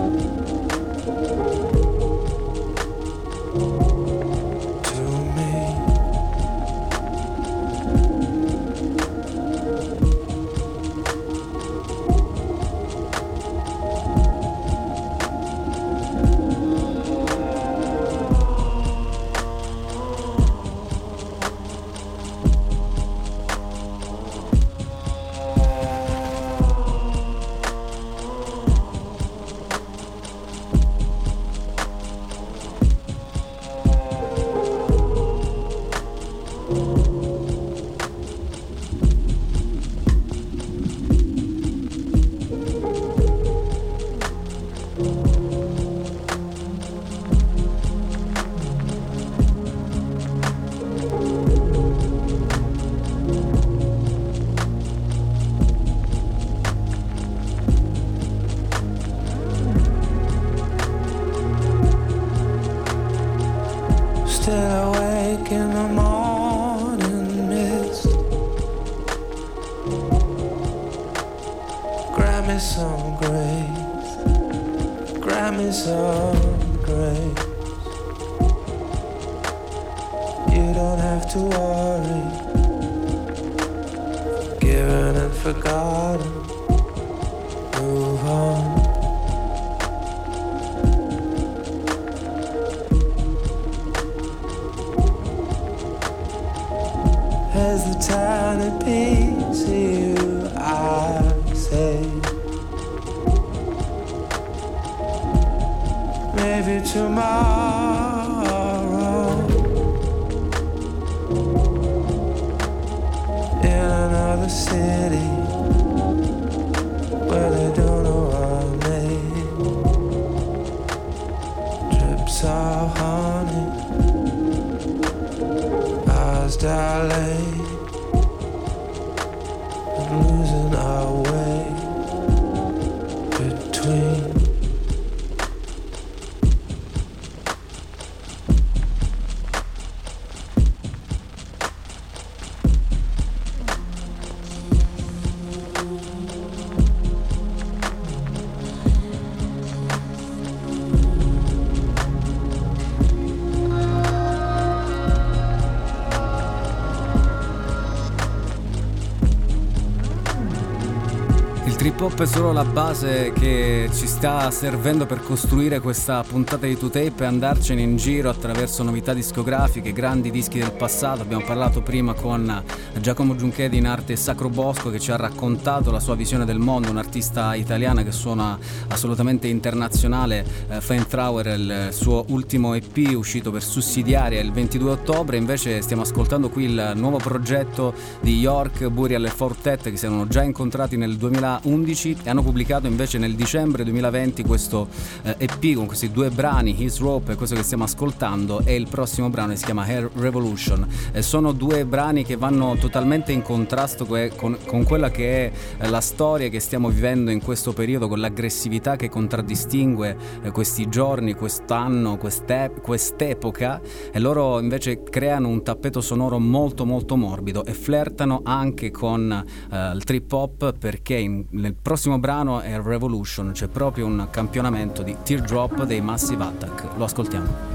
Still awake in the morning mist. Grab me some grace, grab me some grace. You don't have to worry, forgiven and forgotten. Move on. There's the tiny piece of you I say. Maybe tomorrow, in another city where they don't know our name. Trips are honey, ours darling. Losing our way between Trip hop è solo la base che ci sta servendo per costruire questa puntata di two tape e andarcene in giro attraverso novità discografiche, grandi dischi del passato. Abbiamo parlato prima con Giacomo Giunchedi in arte Sacro Bosco, che ci ha raccontato la sua visione del mondo, un'artista italiana che suona assolutamente internazionale. eh, Flamethrower è il suo ultimo E P uscito per Sussidiaria il ventidue ottobre. Invece stiamo ascoltando qui il nuovo progetto di York, Burial e Fortet, che si erano già incontrati nel duemilaundici e hanno pubblicato invece nel dicembre duemilaventi questo eh, E P con questi due brani, His Rope e questo che stiamo ascoltando, e il prossimo brano si chiama Hair Revolution. Eh, sono due brani che vanno totalmente in contrasto que- con, con quella che è eh, la storia che stiamo vivendo in questo periodo, con l'aggressività che contraddistingue eh, questi giorni, quest'anno, quest'e- quest'epoca, e loro invece creano un tappeto sonoro molto molto morbido e flirtano anche con eh, il trip hop, perché in, nel prossimo brano è Revolution, c'è proprio un campionamento di Teardrop dei Massive Attack. Lo ascoltiamo.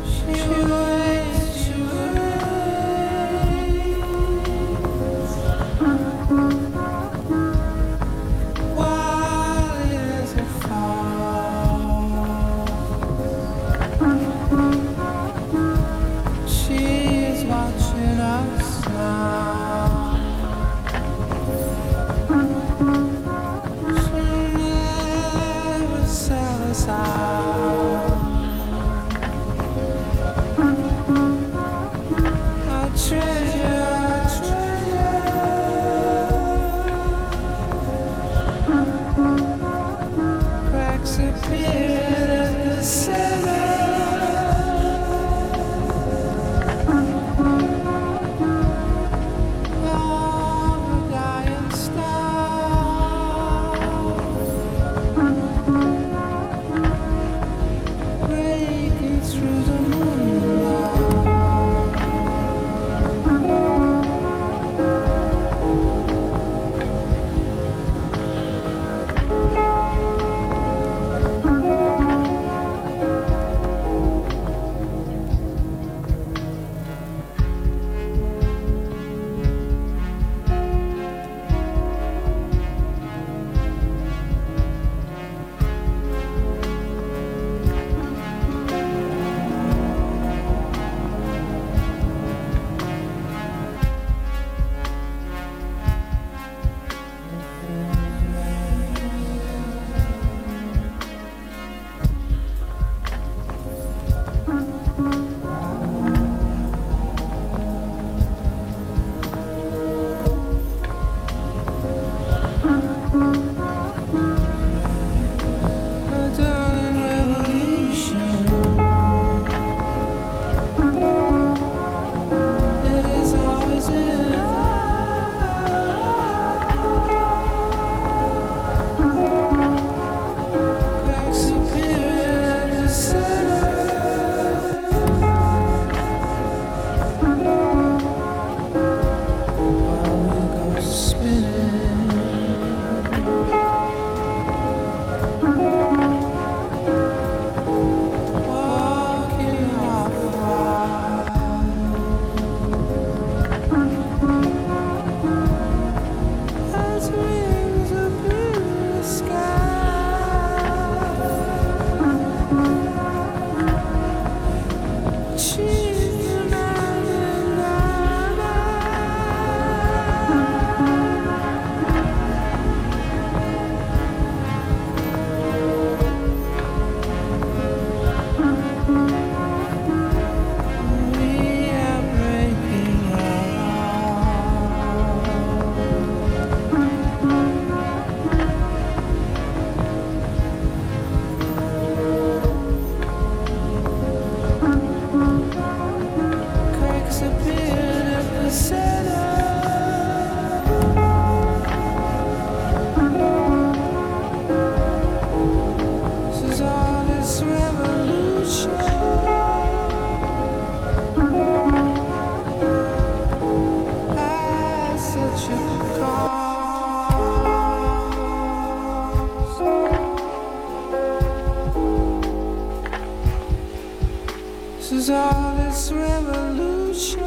is all this revolution.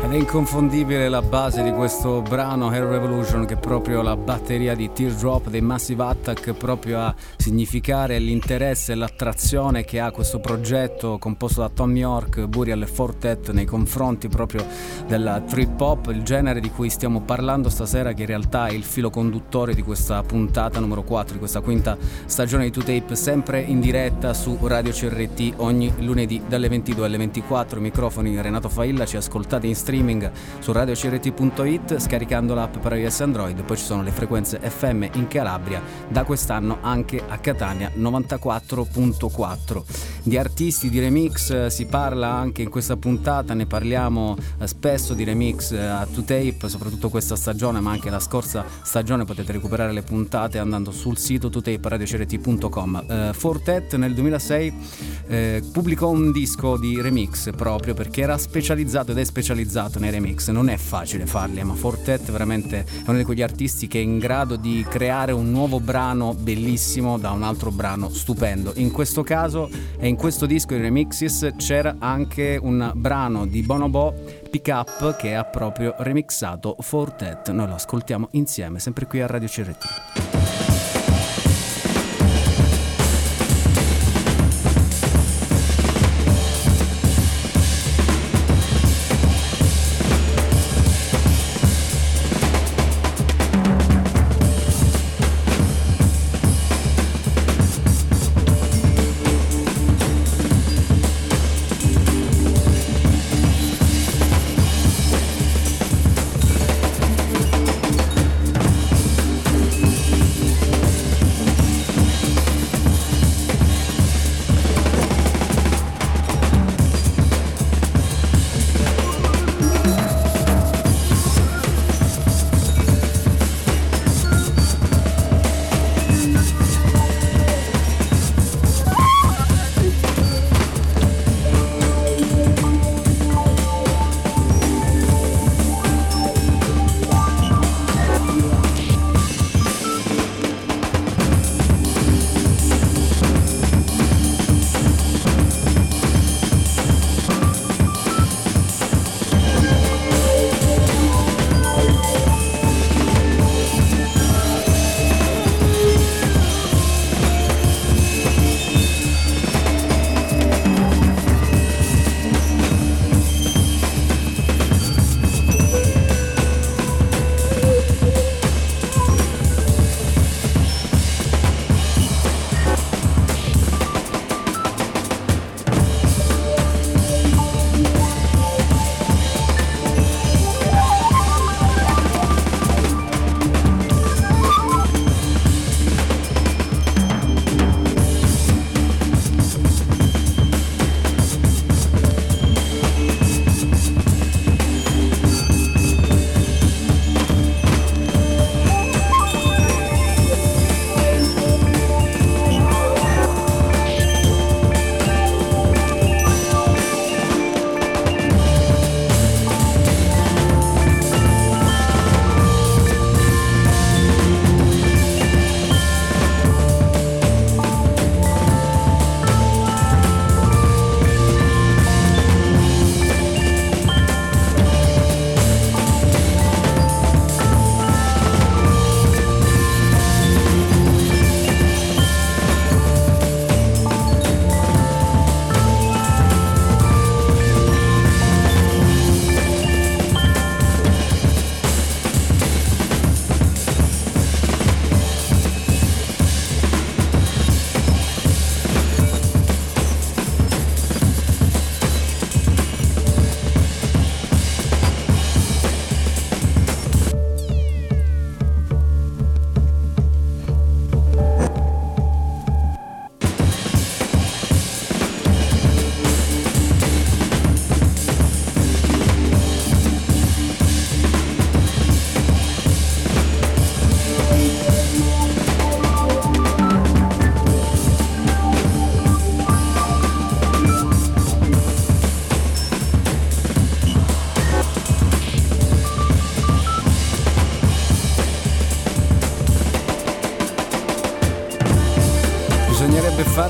Ed è inconfondibile la base di questo brano Hair Revolution, che è proprio la batteria di Teardrop dei Massive Attack, proprio a significare l'interesse e l'attrazione che ha questo progetto composto da Tom York, Burial e Fortet nei confronti proprio della trip hop, il genere di cui stiamo parlando stasera, che in realtà è il filo conduttore di questa puntata numero quattro di questa quinta stagione di two tape, sempre in diretta su Radio C R T ogni lunedì dalle ventidue alle ventiquattro. Microfoni Renato Failla, ci ascoltate in streaming su radio c r t punto i t scaricando l'app per iOS e Android. Poi ci sono le frequenze F M in Calabria, da quest'anno anche a Catania novantaquattro virgola quattro. Di artisti, di remix si parla anche in questa puntata, ne parliamo spesso di remix a two tape, soprattutto questa stagione ma anche la scorsa stagione. Potete recuperare le puntate andando sul sito two tape radio c r t punto com. uh, Fortet nel duemilasei eh, pubblicò un disco di remix proprio perché era specializzato ed è specializzato nei remix. Non è facile farli, ma Fortet veramente è uno di quegli artisti che è in grado di creare un nuovo brano bellissimo da un altro brano stupendo. In questo caso e in questo disco di remixes c'era anche un brano di Bonobo, Pick Up, che ha proprio remixato Fortet. Noi lo ascoltiamo insieme sempre qui a Radio C R T. We'll be right back.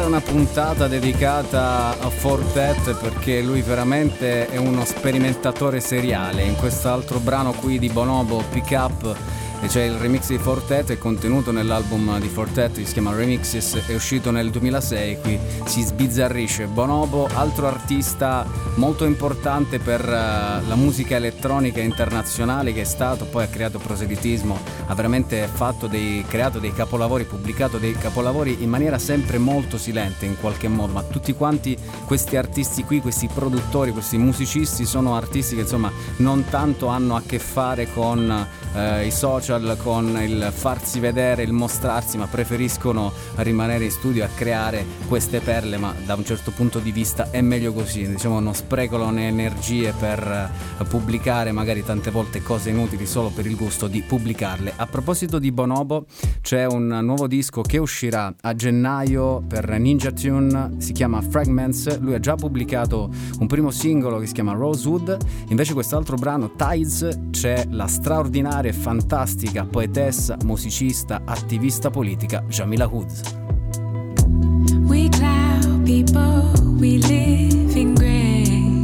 una puntata dedicata a Fortet perché lui veramente è uno sperimentatore seriale. In quest'altro brano qui di Bonobo, Pick Up, e c'è il remix di Fortet, è contenuto nell'album di Fortet che si chiama Remixes, è uscito nel duemilasei. Qui si sbizzarrisce. Bonobo, altro artista molto importante per uh, la musica elettronica internazionale che è stato, poi ha creato proselitismo, ha veramente fatto dei, creato dei capolavori, pubblicato dei capolavori in maniera sempre molto silente in qualche modo, ma tutti quanti questi artisti qui, questi produttori, questi musicisti sono artisti che insomma non tanto hanno a che fare con uh, i social, con il farsi vedere, il mostrarsi, ma preferiscono rimanere in studio a creare queste perle, ma da un certo punto di vista è meglio così, diciamo, non sprecano le energie per pubblicare magari tante volte cose inutili solo per il gusto di pubblicarle. A proposito di Bonobo, c'è un nuovo disco che uscirà a gennaio per Ninja Tune, si chiama Fragments. Lui ha già pubblicato un primo singolo che si chiama Rosewood, invece quest'altro brano Tides c'è la straordinaria e fantastica poetessa, musicista, attivista politica Jamila Woods. We cloud people, we live in gray.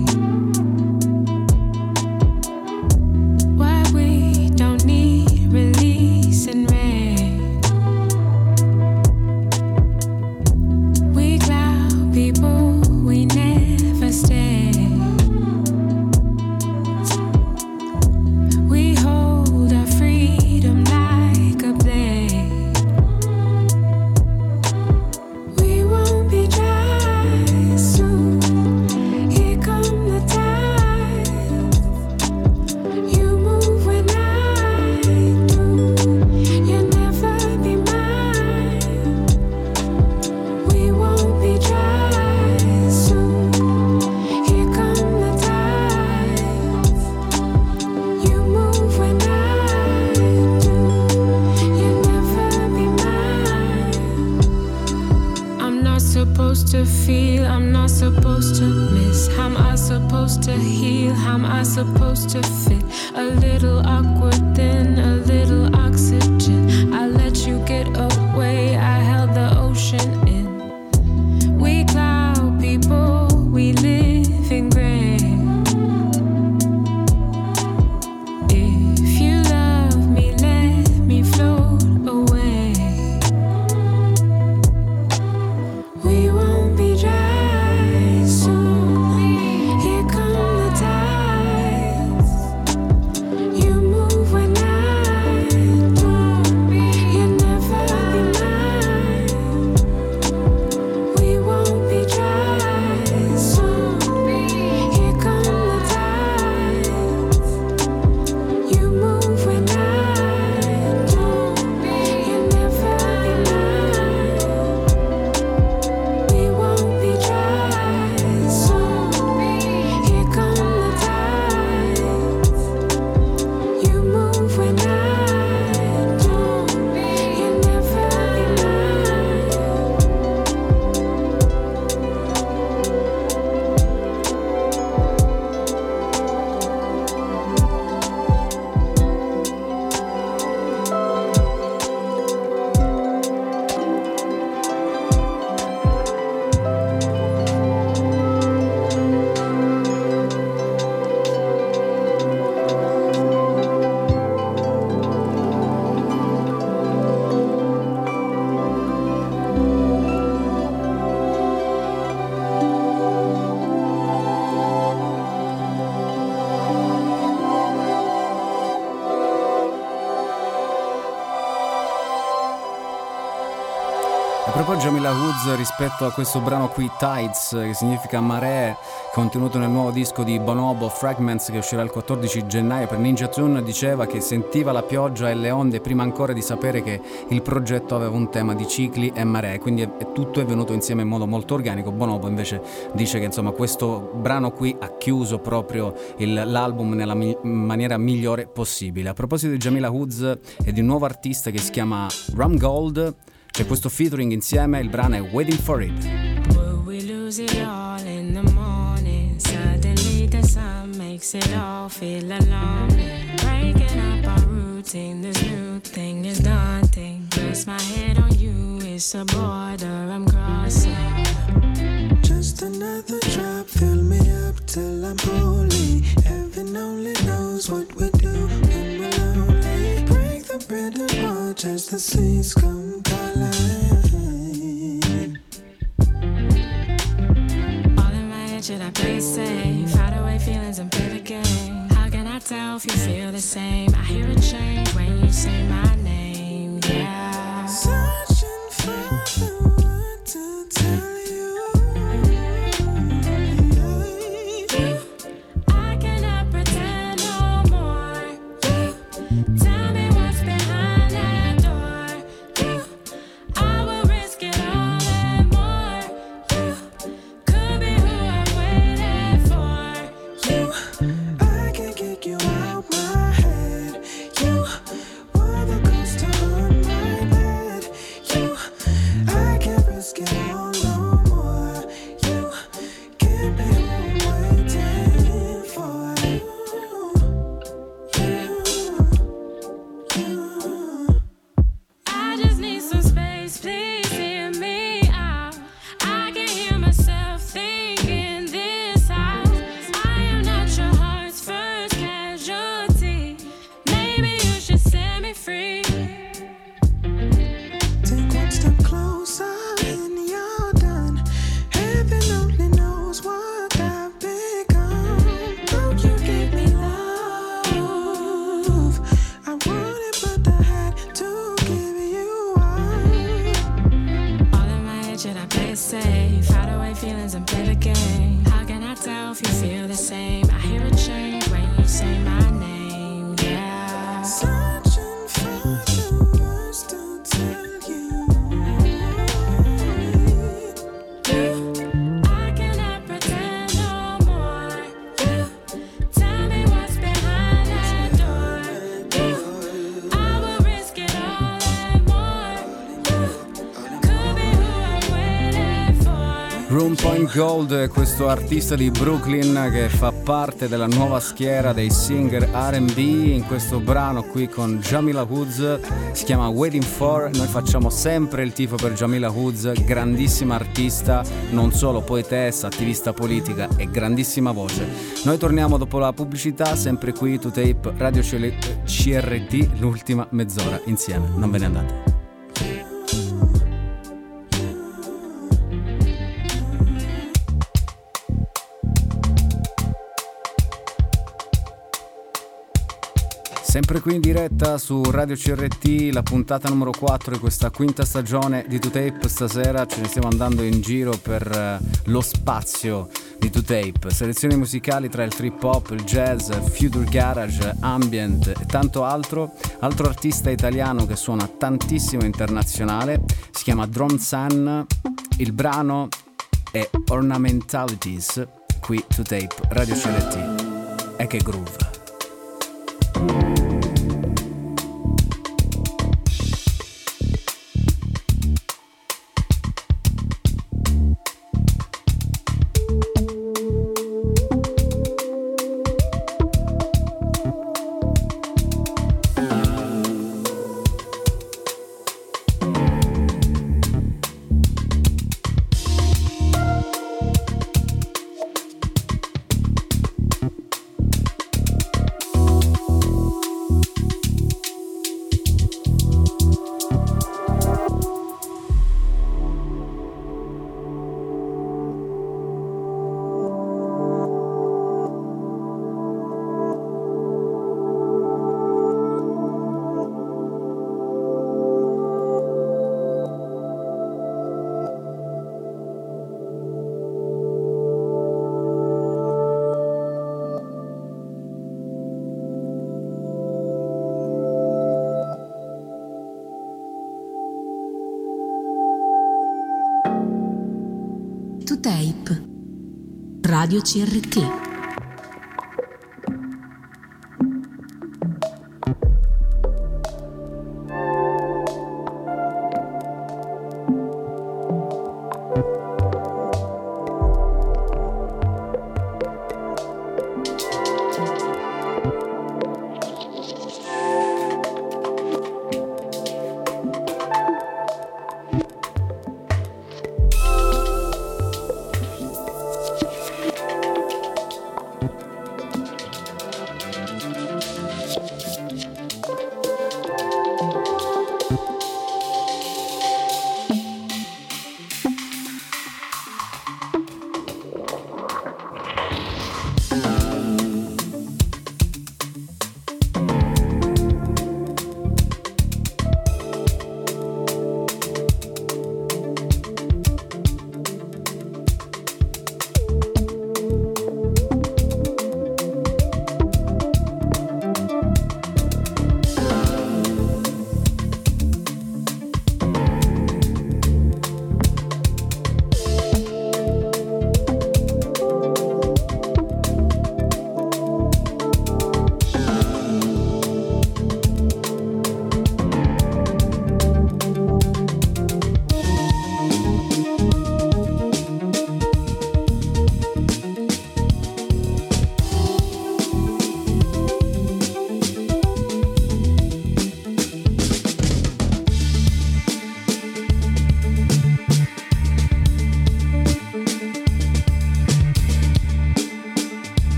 Why we don't need release and rain. We cloud people, we never stay. We hold our freedom like a blade. We won't be dry soon. Here come the tides. You move when I do. You'll never be mine. We won't be dry soon. Here come the tides. You move when I do. You'll never be mine. I'm not supposed to feel, I'm not supposed to miss. How am I supposed to heal? How am I supposed to fit? A little awkward, then a little oxygen. I let you get away, I held the ocean in. We cloud people, we live in gray. If you love me, let me float away. We won't be dry soon. Here come the tides. You move when I do. You'll never be mine. We won't be dry soon. Here come the tides. You move when I do. You'll never be mine. We won't be dry soon. Here come the tides. You move when I do. You'll never be mine. E proprio Jamila Woods, rispetto a questo brano qui Tides, che significa maree, contenuto nel nuovo disco di Bonobo Fragments che uscirà il quattordici gennaio per Ninja Tune, diceva che sentiva la pioggia e le onde prima ancora di sapere che il progetto aveva un tema di cicli e maree, quindi è, è tutto è venuto insieme in modo molto organico. Bonobo invece dice che insomma questo brano qui ha chiuso proprio il, l'album nella mi- maniera migliore possibile. A proposito di Jamila Woods e di un nuovo artista che si chiama Ram Gold, c'è questo featuring insieme, il brano è Waiting for It. Will we lose it all in the morning? Suddenly the sun makes it all feel alarming. Breaking up our routine, this new thing is daunting. Place my head on you. it's a border I'm crossing. Just another drop, fill me up till I'm holy. Heaven only knows what we do when we're lonely. Break the bread and watch as the seas come collide. All in my head, should I play safe? Hide away feelings and play the game. How can I tell if you feel the same? I hear a change when you say my name, yeah. Searching for the word to tell you. I cannot pretend no more. You tell me what's behind that door. You, I will risk it all and more. You could be who I've waited for. You, I can kick you out my head. You were the ghost on my bed. You, I can't risk it all no more. You can't be who I'm waiting for. You, you, you. I just need some space, please hear me out. I can hear myself thinking this out. I am not your heart's first casualty. Maybe you should set me free. Take one step closer and you're done. Heaven only knows what I've become. Don't you give me love? I wanted but I had to give you up. All in my head, should I play it safe? Hide away feelings and play the game. How can I tell if you feel the same? I hear a change when you say my name, yeah. Searching for the words to tell you. I cannot pretend no more. You tell me what's behind that door. You, I will risk it all and more. You could be who I'm waiting for. Room Point Gold è questo artista di Brooklyn che fa parte della nuova schiera dei singer R and B. In questo brano qui con Jamila Woods, si chiama Waiting For. Noi facciamo sempre il tifo per Jamila Woods, grandissima artista, non solo poetessa, attivista politica e grandissima voce. Noi torniamo dopo la pubblicità, sempre qui To Tape Radio C R T, l'ultima mezz'ora insieme, non ve ne andate. Sempre qui in diretta su Radio C R T, la puntata numero quattro di questa quinta stagione di To Tape. Stasera ce ne stiamo andando in giro per uh, lo spazio di To Tape. Selezioni musicali tra il trip hop, il jazz, future garage, ambient e tanto altro. Altro artista italiano che suona tantissimo internazionale, si chiama Drone Sun. Il brano è Ornamentalities, qui To Tape Radio C R T. E che groove! To Tape Radio C R T.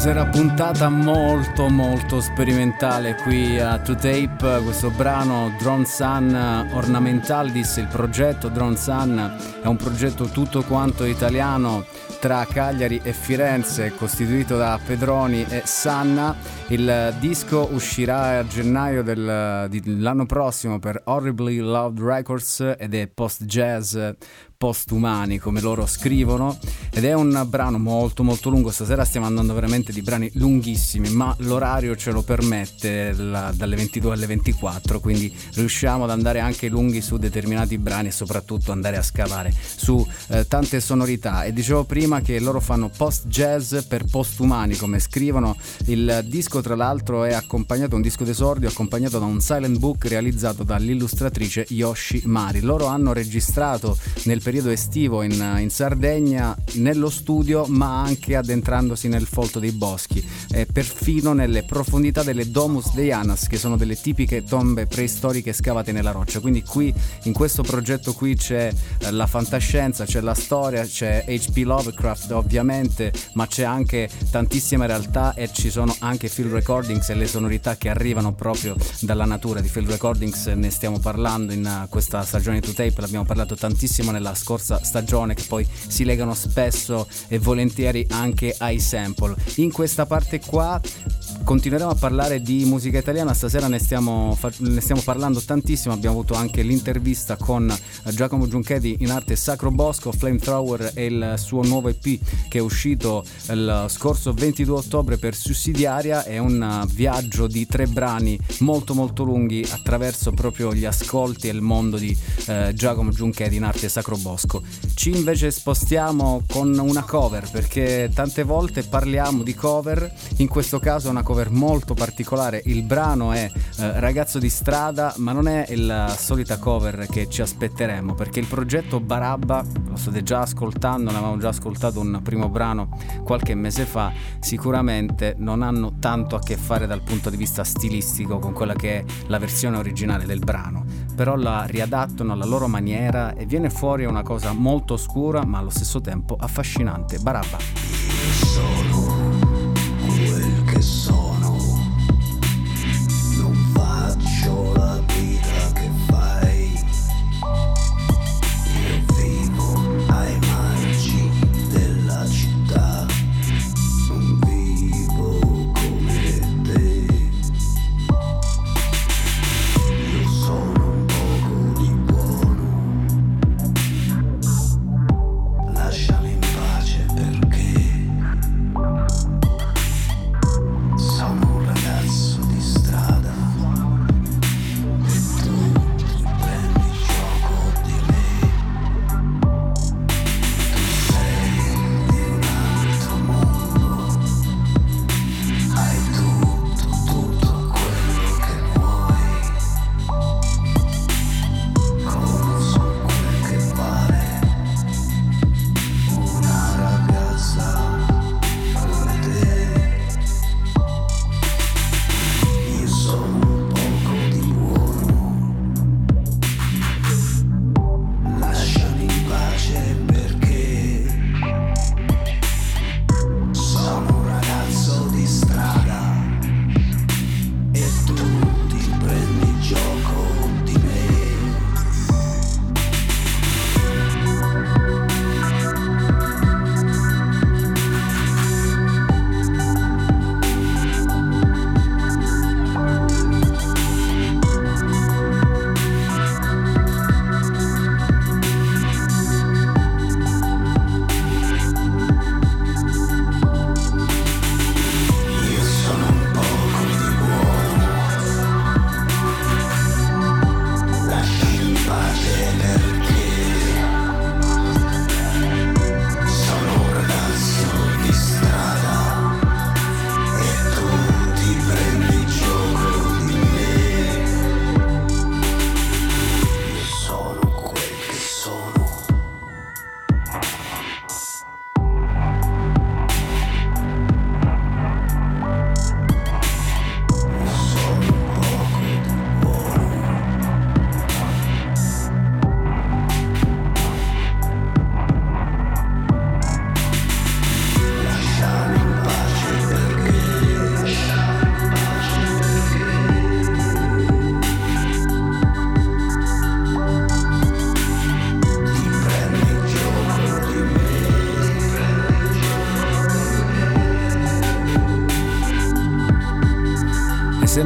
Stasera puntata molto molto sperimentale qui a To Tape, questo brano Drone Sun Ornamentaldis, il progetto Drone Sun è un progetto tutto quanto italiano tra Cagliari e Firenze, costituito da Pedroni e Sanna. Il disco uscirà a gennaio del, dell'anno prossimo per Horribly Loud Records ed è post jazz postumani, come loro scrivono, ed è un brano molto molto lungo. Stasera stiamo andando veramente di brani lunghissimi, ma l'orario ce lo permette, la, dalle ventidue alle ventiquattro, quindi riusciamo ad andare anche lunghi su determinati brani e soprattutto andare a scavare su eh, tante sonorità. E dicevo prima che loro fanno post jazz per postumani, come scrivono. Il disco tra l'altro è accompagnato, un disco d'esordio accompagnato da un silent book realizzato dall'illustratrice Yoshi Mari. Loro hanno registrato nel periodo estivo in, in Sardegna, nello studio, ma anche addentrandosi nel folto dei boschi, e perfino nelle profondità delle Domus Deianas, che sono delle tipiche tombe preistoriche scavate nella roccia. Quindi qui in questo progetto qui c'è eh, la fantascienza, c'è la storia, c'è H P Lovecraft ovviamente, ma c'è anche tantissima realtà, e ci sono anche field recordings e le sonorità che arrivano proprio dalla natura. Di field recordings ne stiamo parlando in uh, questa stagione To Tape, l'abbiamo parlato tantissimo nella scorsa stagione, che poi si legano spesso e volentieri anche ai sample. In questa parte qua continueremo a parlare di musica italiana. Stasera ne stiamo, ne stiamo parlando tantissimo. Abbiamo avuto anche l'intervista con Giacomo Giunchedi in arte Sacro Bosco. Flamethrower è il suo nuovo E P che è uscito il scorso ventidue ottobre per Sussidiaria. È un viaggio di tre brani molto molto lunghi attraverso proprio gli ascolti e il mondo di eh, Giacomo Giunchedi in arte Sacro Bosco. Ci invece spostiamo con una cover, perché tante volte parliamo di cover. In questo caso è una cover molto particolare. Il brano è eh, Ragazzo di strada, ma non è la solita cover che ci aspetteremo, perché il progetto Barabba, lo state già ascoltando, ne avevamo già ascoltato un primo brano qualche mese fa. Sicuramente non hanno tanto a che fare dal punto di vista stilistico con quella che è la versione originale del brano, però la riadattano alla loro maniera e viene fuori una cosa molto oscura ma allo stesso tempo affascinante. Barabba. Sono quel che sono, non faccio la vita che fai, io vivo ai margini della città, non vivo come te, io sono un poco di buono, lasciami in pace perché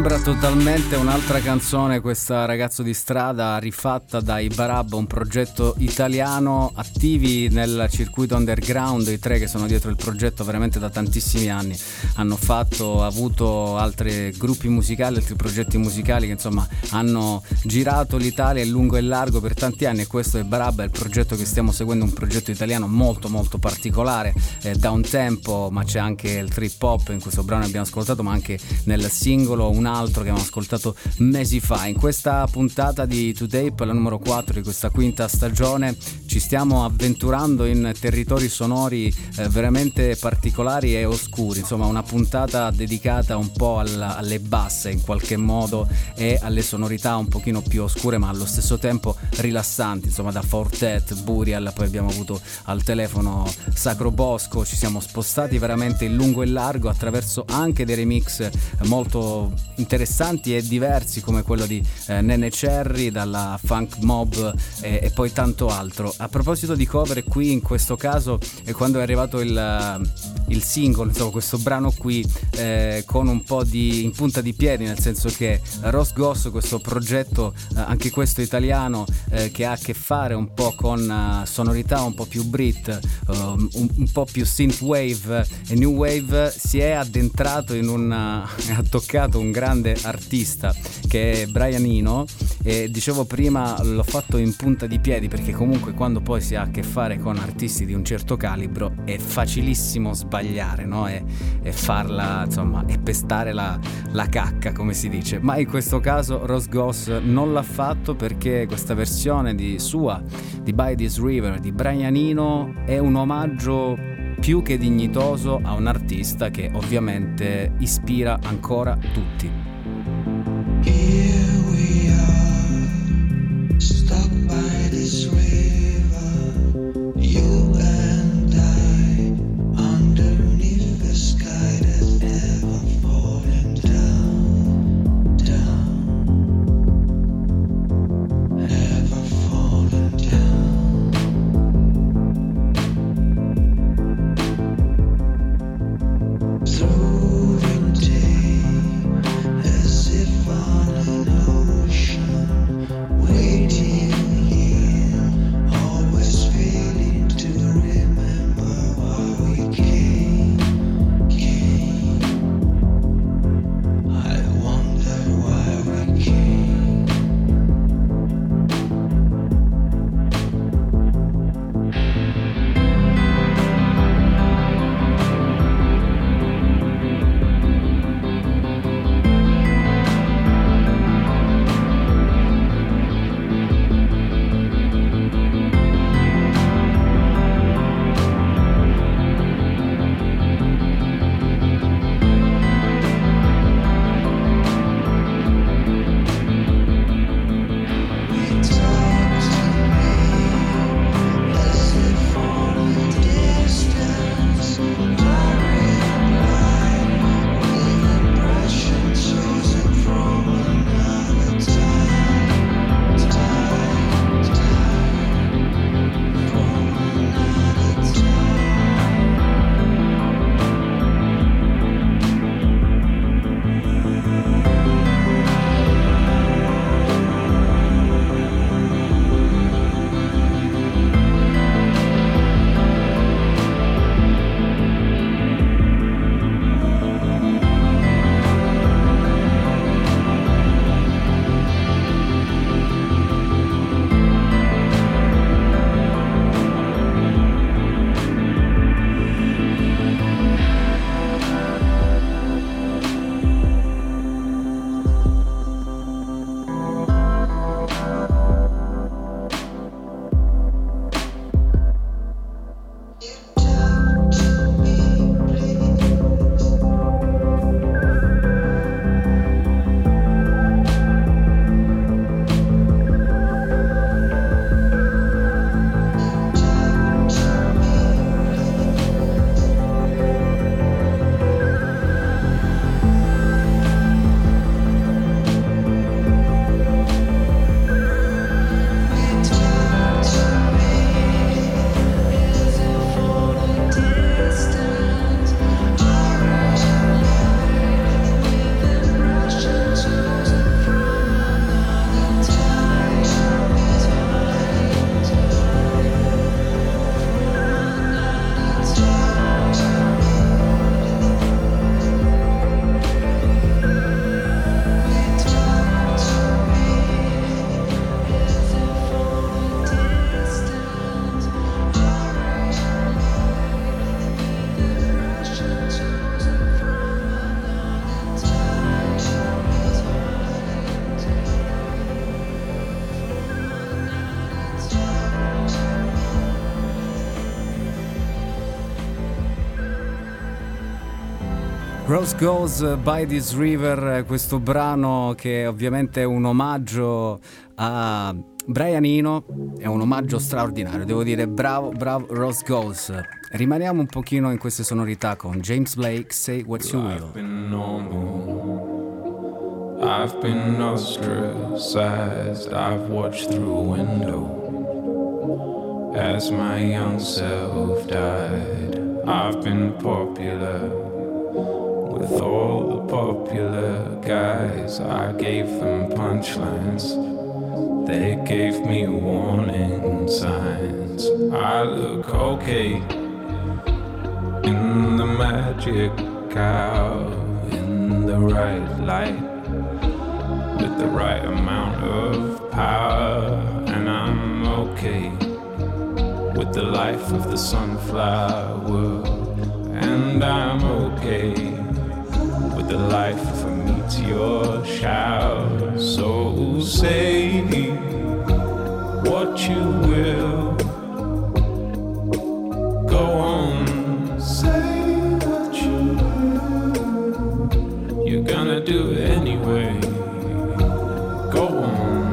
Sembra totalmente un'altra canzone questa, Ragazzo di strada, rifatta dai Barab, un progetto italiano attivi nel circuito underground. I tre che sono dietro il progetto veramente da tantissimi anni hanno fatto, avuto altri gruppi musicali, altri progetti musicali che insomma hanno girato l'Italia in lungo e largo per tanti anni, e questo è Barab, è il progetto che stiamo seguendo, un progetto italiano molto molto particolare, eh, da un tempo, ma c'è anche il trip hop in questo brano che abbiamo ascoltato, ma anche nel singolo un altro che abbiamo ascoltato mesi fa. In questa puntata di To Tape, la numero quattro di questa quinta stagione, ci stiamo avventurando in territori sonori eh, veramente particolari e oscuri, insomma una puntata dedicata un po' alla, alle basse in qualche modo e alle sonorità un pochino più oscure ma allo stesso tempo rilassanti, insomma da Fortet, Burial, poi abbiamo avuto al telefono Sacro Bosco, ci siamo spostati veramente in lungo e largo attraverso anche dei remix molto interessanti e diversi come quello di eh, Nene Cherry, dalla Funk Mob e, e poi tanto altro. A proposito di cover, qui in questo caso è quando è arrivato il, il singolo, insomma questo brano qui eh, con un po' di in punta di piedi, nel senso che Ross Goss, questo progetto eh, anche questo italiano eh, che ha a che fare un po' con uh, sonorità un po' più Brit, um, un, un po' più synthwave e new wave, si è addentrato in un uh, ha toccato un grande artista che è Brian Eno, e dicevo prima l'ho fatto in punta di piedi perché comunque quando poi si ha a che fare con artisti di un certo calibro è facilissimo sbagliare, no? E, e farla, insomma, e pestare la, la cacca, come si dice, ma in questo caso Ross Goss non l'ha fatto, perché questa versione di sua di By This River di Brian Eno è un omaggio più che dignitoso a un artista che ovviamente ispira ancora tutti. Here we are, stuck by this river, you and I, underneath the sky that's never falling down, down, never falling down. Through the day Rose Goes by This River, questo brano che ovviamente è un omaggio a Brian Eno, è un omaggio straordinario, devo dire bravo, bravo Rose Goes. Rimaniamo un pochino in queste sonorità con James Blake, Say What You Will. I've been normal, I've been ostracized, I've watched through a window as my young self died. I've been popular with all the popular guys. I gave them punchlines, they gave me warning signs. I look okay in the magic hour, in the right light, with the right amount of power. And I'm okay with the life of the sunflower. And I'm okay with the life of a meteor shower. So say what you will, go on, say what you will, you're gonna do it anyway, go on,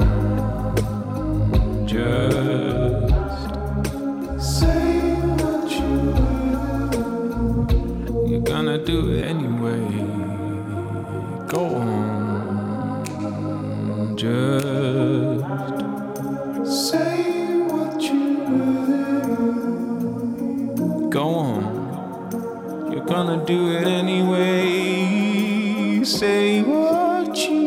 just say what you will, you're gonna do it anyway. Go on, just say what you will. Go on, you're gonna do it anyway. Say what you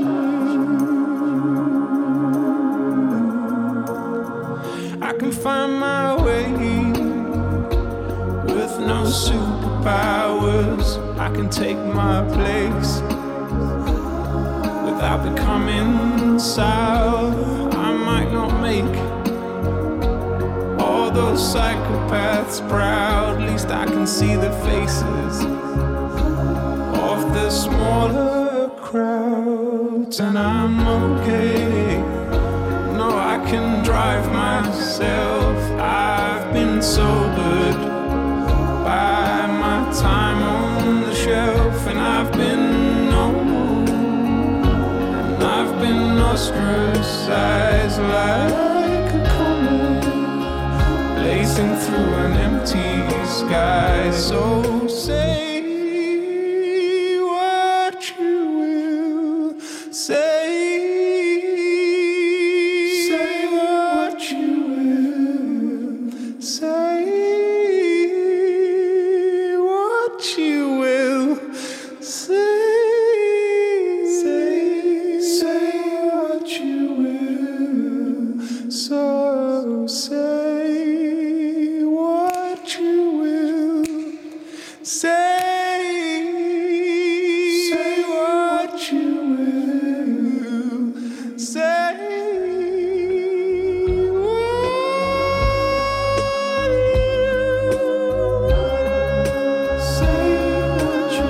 will. I can find my way with no superpowers. I can take my place without becoming sour. I might not make all those psychopaths proud. At least I can see the faces of the smaller crowds. And I'm okay, no, I can drive myself. I've been sobered by my time on the shelf. And I've been normal, I've been ostracized like a comet blazing through an empty sky. So say what you will, say, say what you will, say what you will, say. So say what you will, say, say what you will, say what you, say what you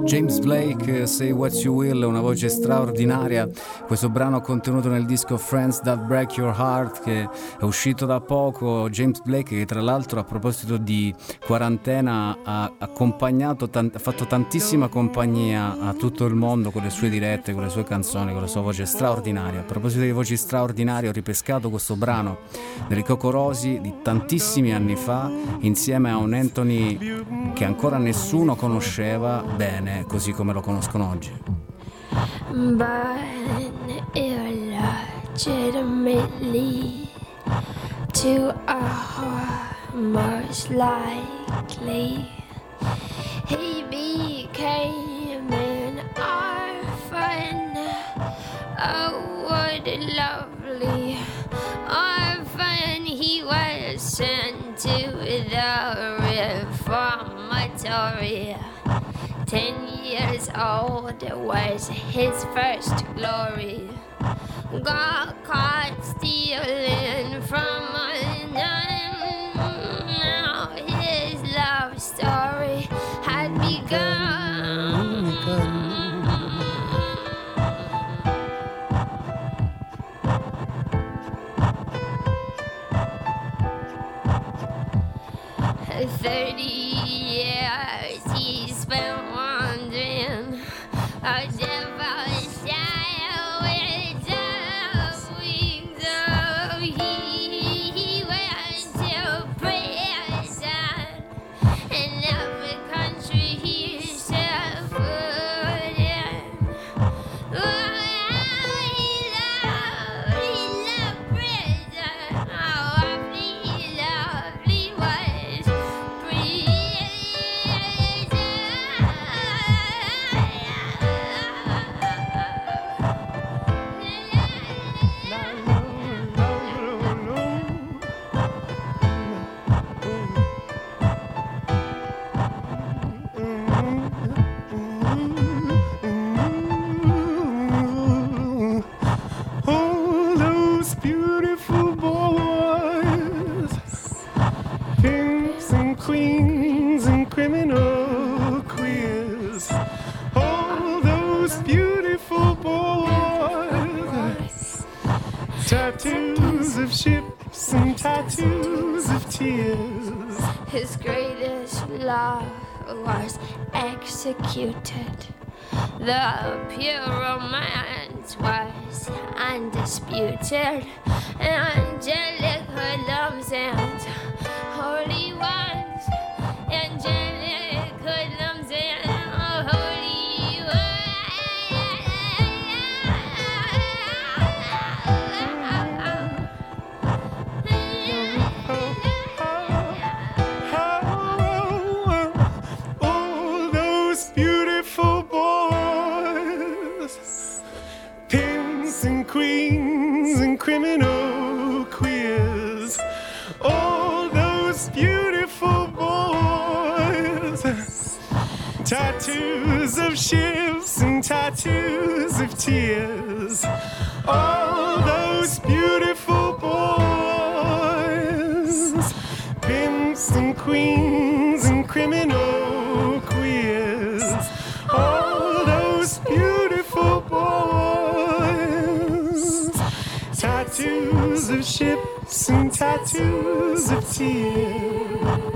James Blake, Say What You Will, una voce straordinaria. Questo brano contenuto nel disco Friends That Break Your Heart, che è uscito da poco. James Blake, che tra l'altro a proposito di quarantena ha accompagnato, tant- ha fatto tantissima compagnia a tutto il mondo con le sue dirette, con le sue canzoni, con la sua voce straordinaria. A proposito di voci straordinarie, ho ripescato questo brano delle Cocorosi di tantissimi anni fa, insieme a un Anthony che ancora nessuno conosceva bene così come lo conoscono oggi. But illegitimately to a heart most likely he became an orphan. Oh, what a lovely orphan. He was sent to the reformatory. Ten years old was his first glory. Got caught stealing from a nun. Now his love story had begun. Thirty years he spent wandering a devil's child with dove wings. Oh, he, he went to prison in every country he set foot in. Oh, he loved, he loved prison. How awfully lovely was prison. All those beautiful boys, kings and queens and criminal queers. All those beautiful boys, tattoos of ships and tattoos of tears. His greatest love was executed. The pure romance was undisputed. Angelic hoodlums and holy ones. Angelic hoodlums and holy All those beautiful boys, kings and queens and criminal queers. All those beautiful boys, tattoos of ships and tattoos of tears. All those beautiful boys, pimps and queens and criminal queers. All those beautiful boys, tattoos of ships and tattoos of tears.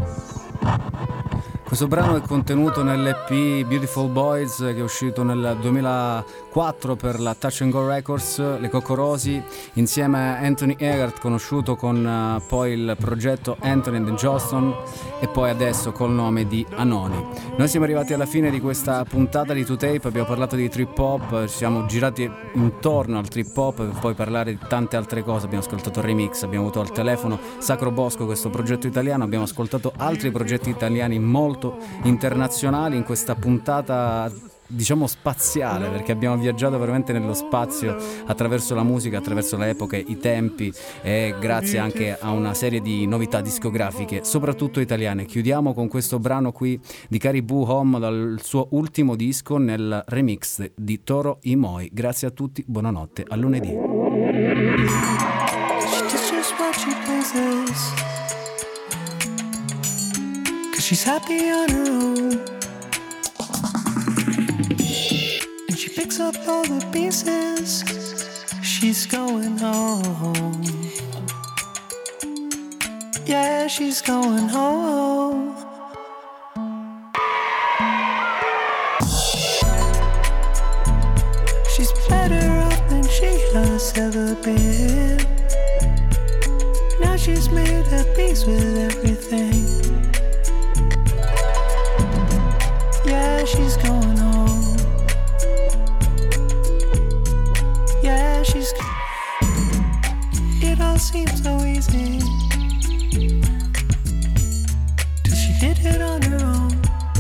Questo brano è contenuto nell'E P Beautiful Boys che è uscito nel duemilaquattro per la Touch and Go Records. Le Cocorosi insieme a Anthony Eggert, conosciuto con uh, poi il progetto Anthony and Johnston e poi adesso col nome di Anoni. Noi siamo arrivati alla fine di questa puntata di two tape, abbiamo parlato di trip hop, ci siamo girati intorno al trip hop per poi parlare di tante altre cose. Abbiamo ascoltato remix, abbiamo avuto al telefono Sacro Bosco, questo progetto italiano, abbiamo ascoltato altri progetti italiani molto internazionali in questa puntata, diciamo, spaziale, perché abbiamo viaggiato veramente nello spazio attraverso la musica, attraverso le epoche, i tempi e grazie anche a una serie di novità discografiche, soprattutto italiane. Chiudiamo con questo brano qui di Caribou Home dal suo ultimo disco nel remix di Toro y Moi. Grazie a tutti, buonanotte, a lunedì. She's happy on her own. up all the pieces. She's going home. Yeah, she's going home. She's better off than she has ever been. Now she's made her peace with everything. Yeah, she's going home. Yeah, she's. It all seems so easy. Till she did it on her own.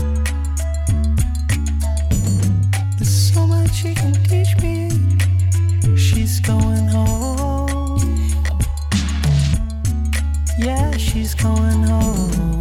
There's so much she can teach me. She's going home. Yeah, she's going home.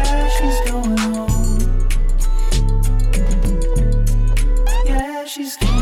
She's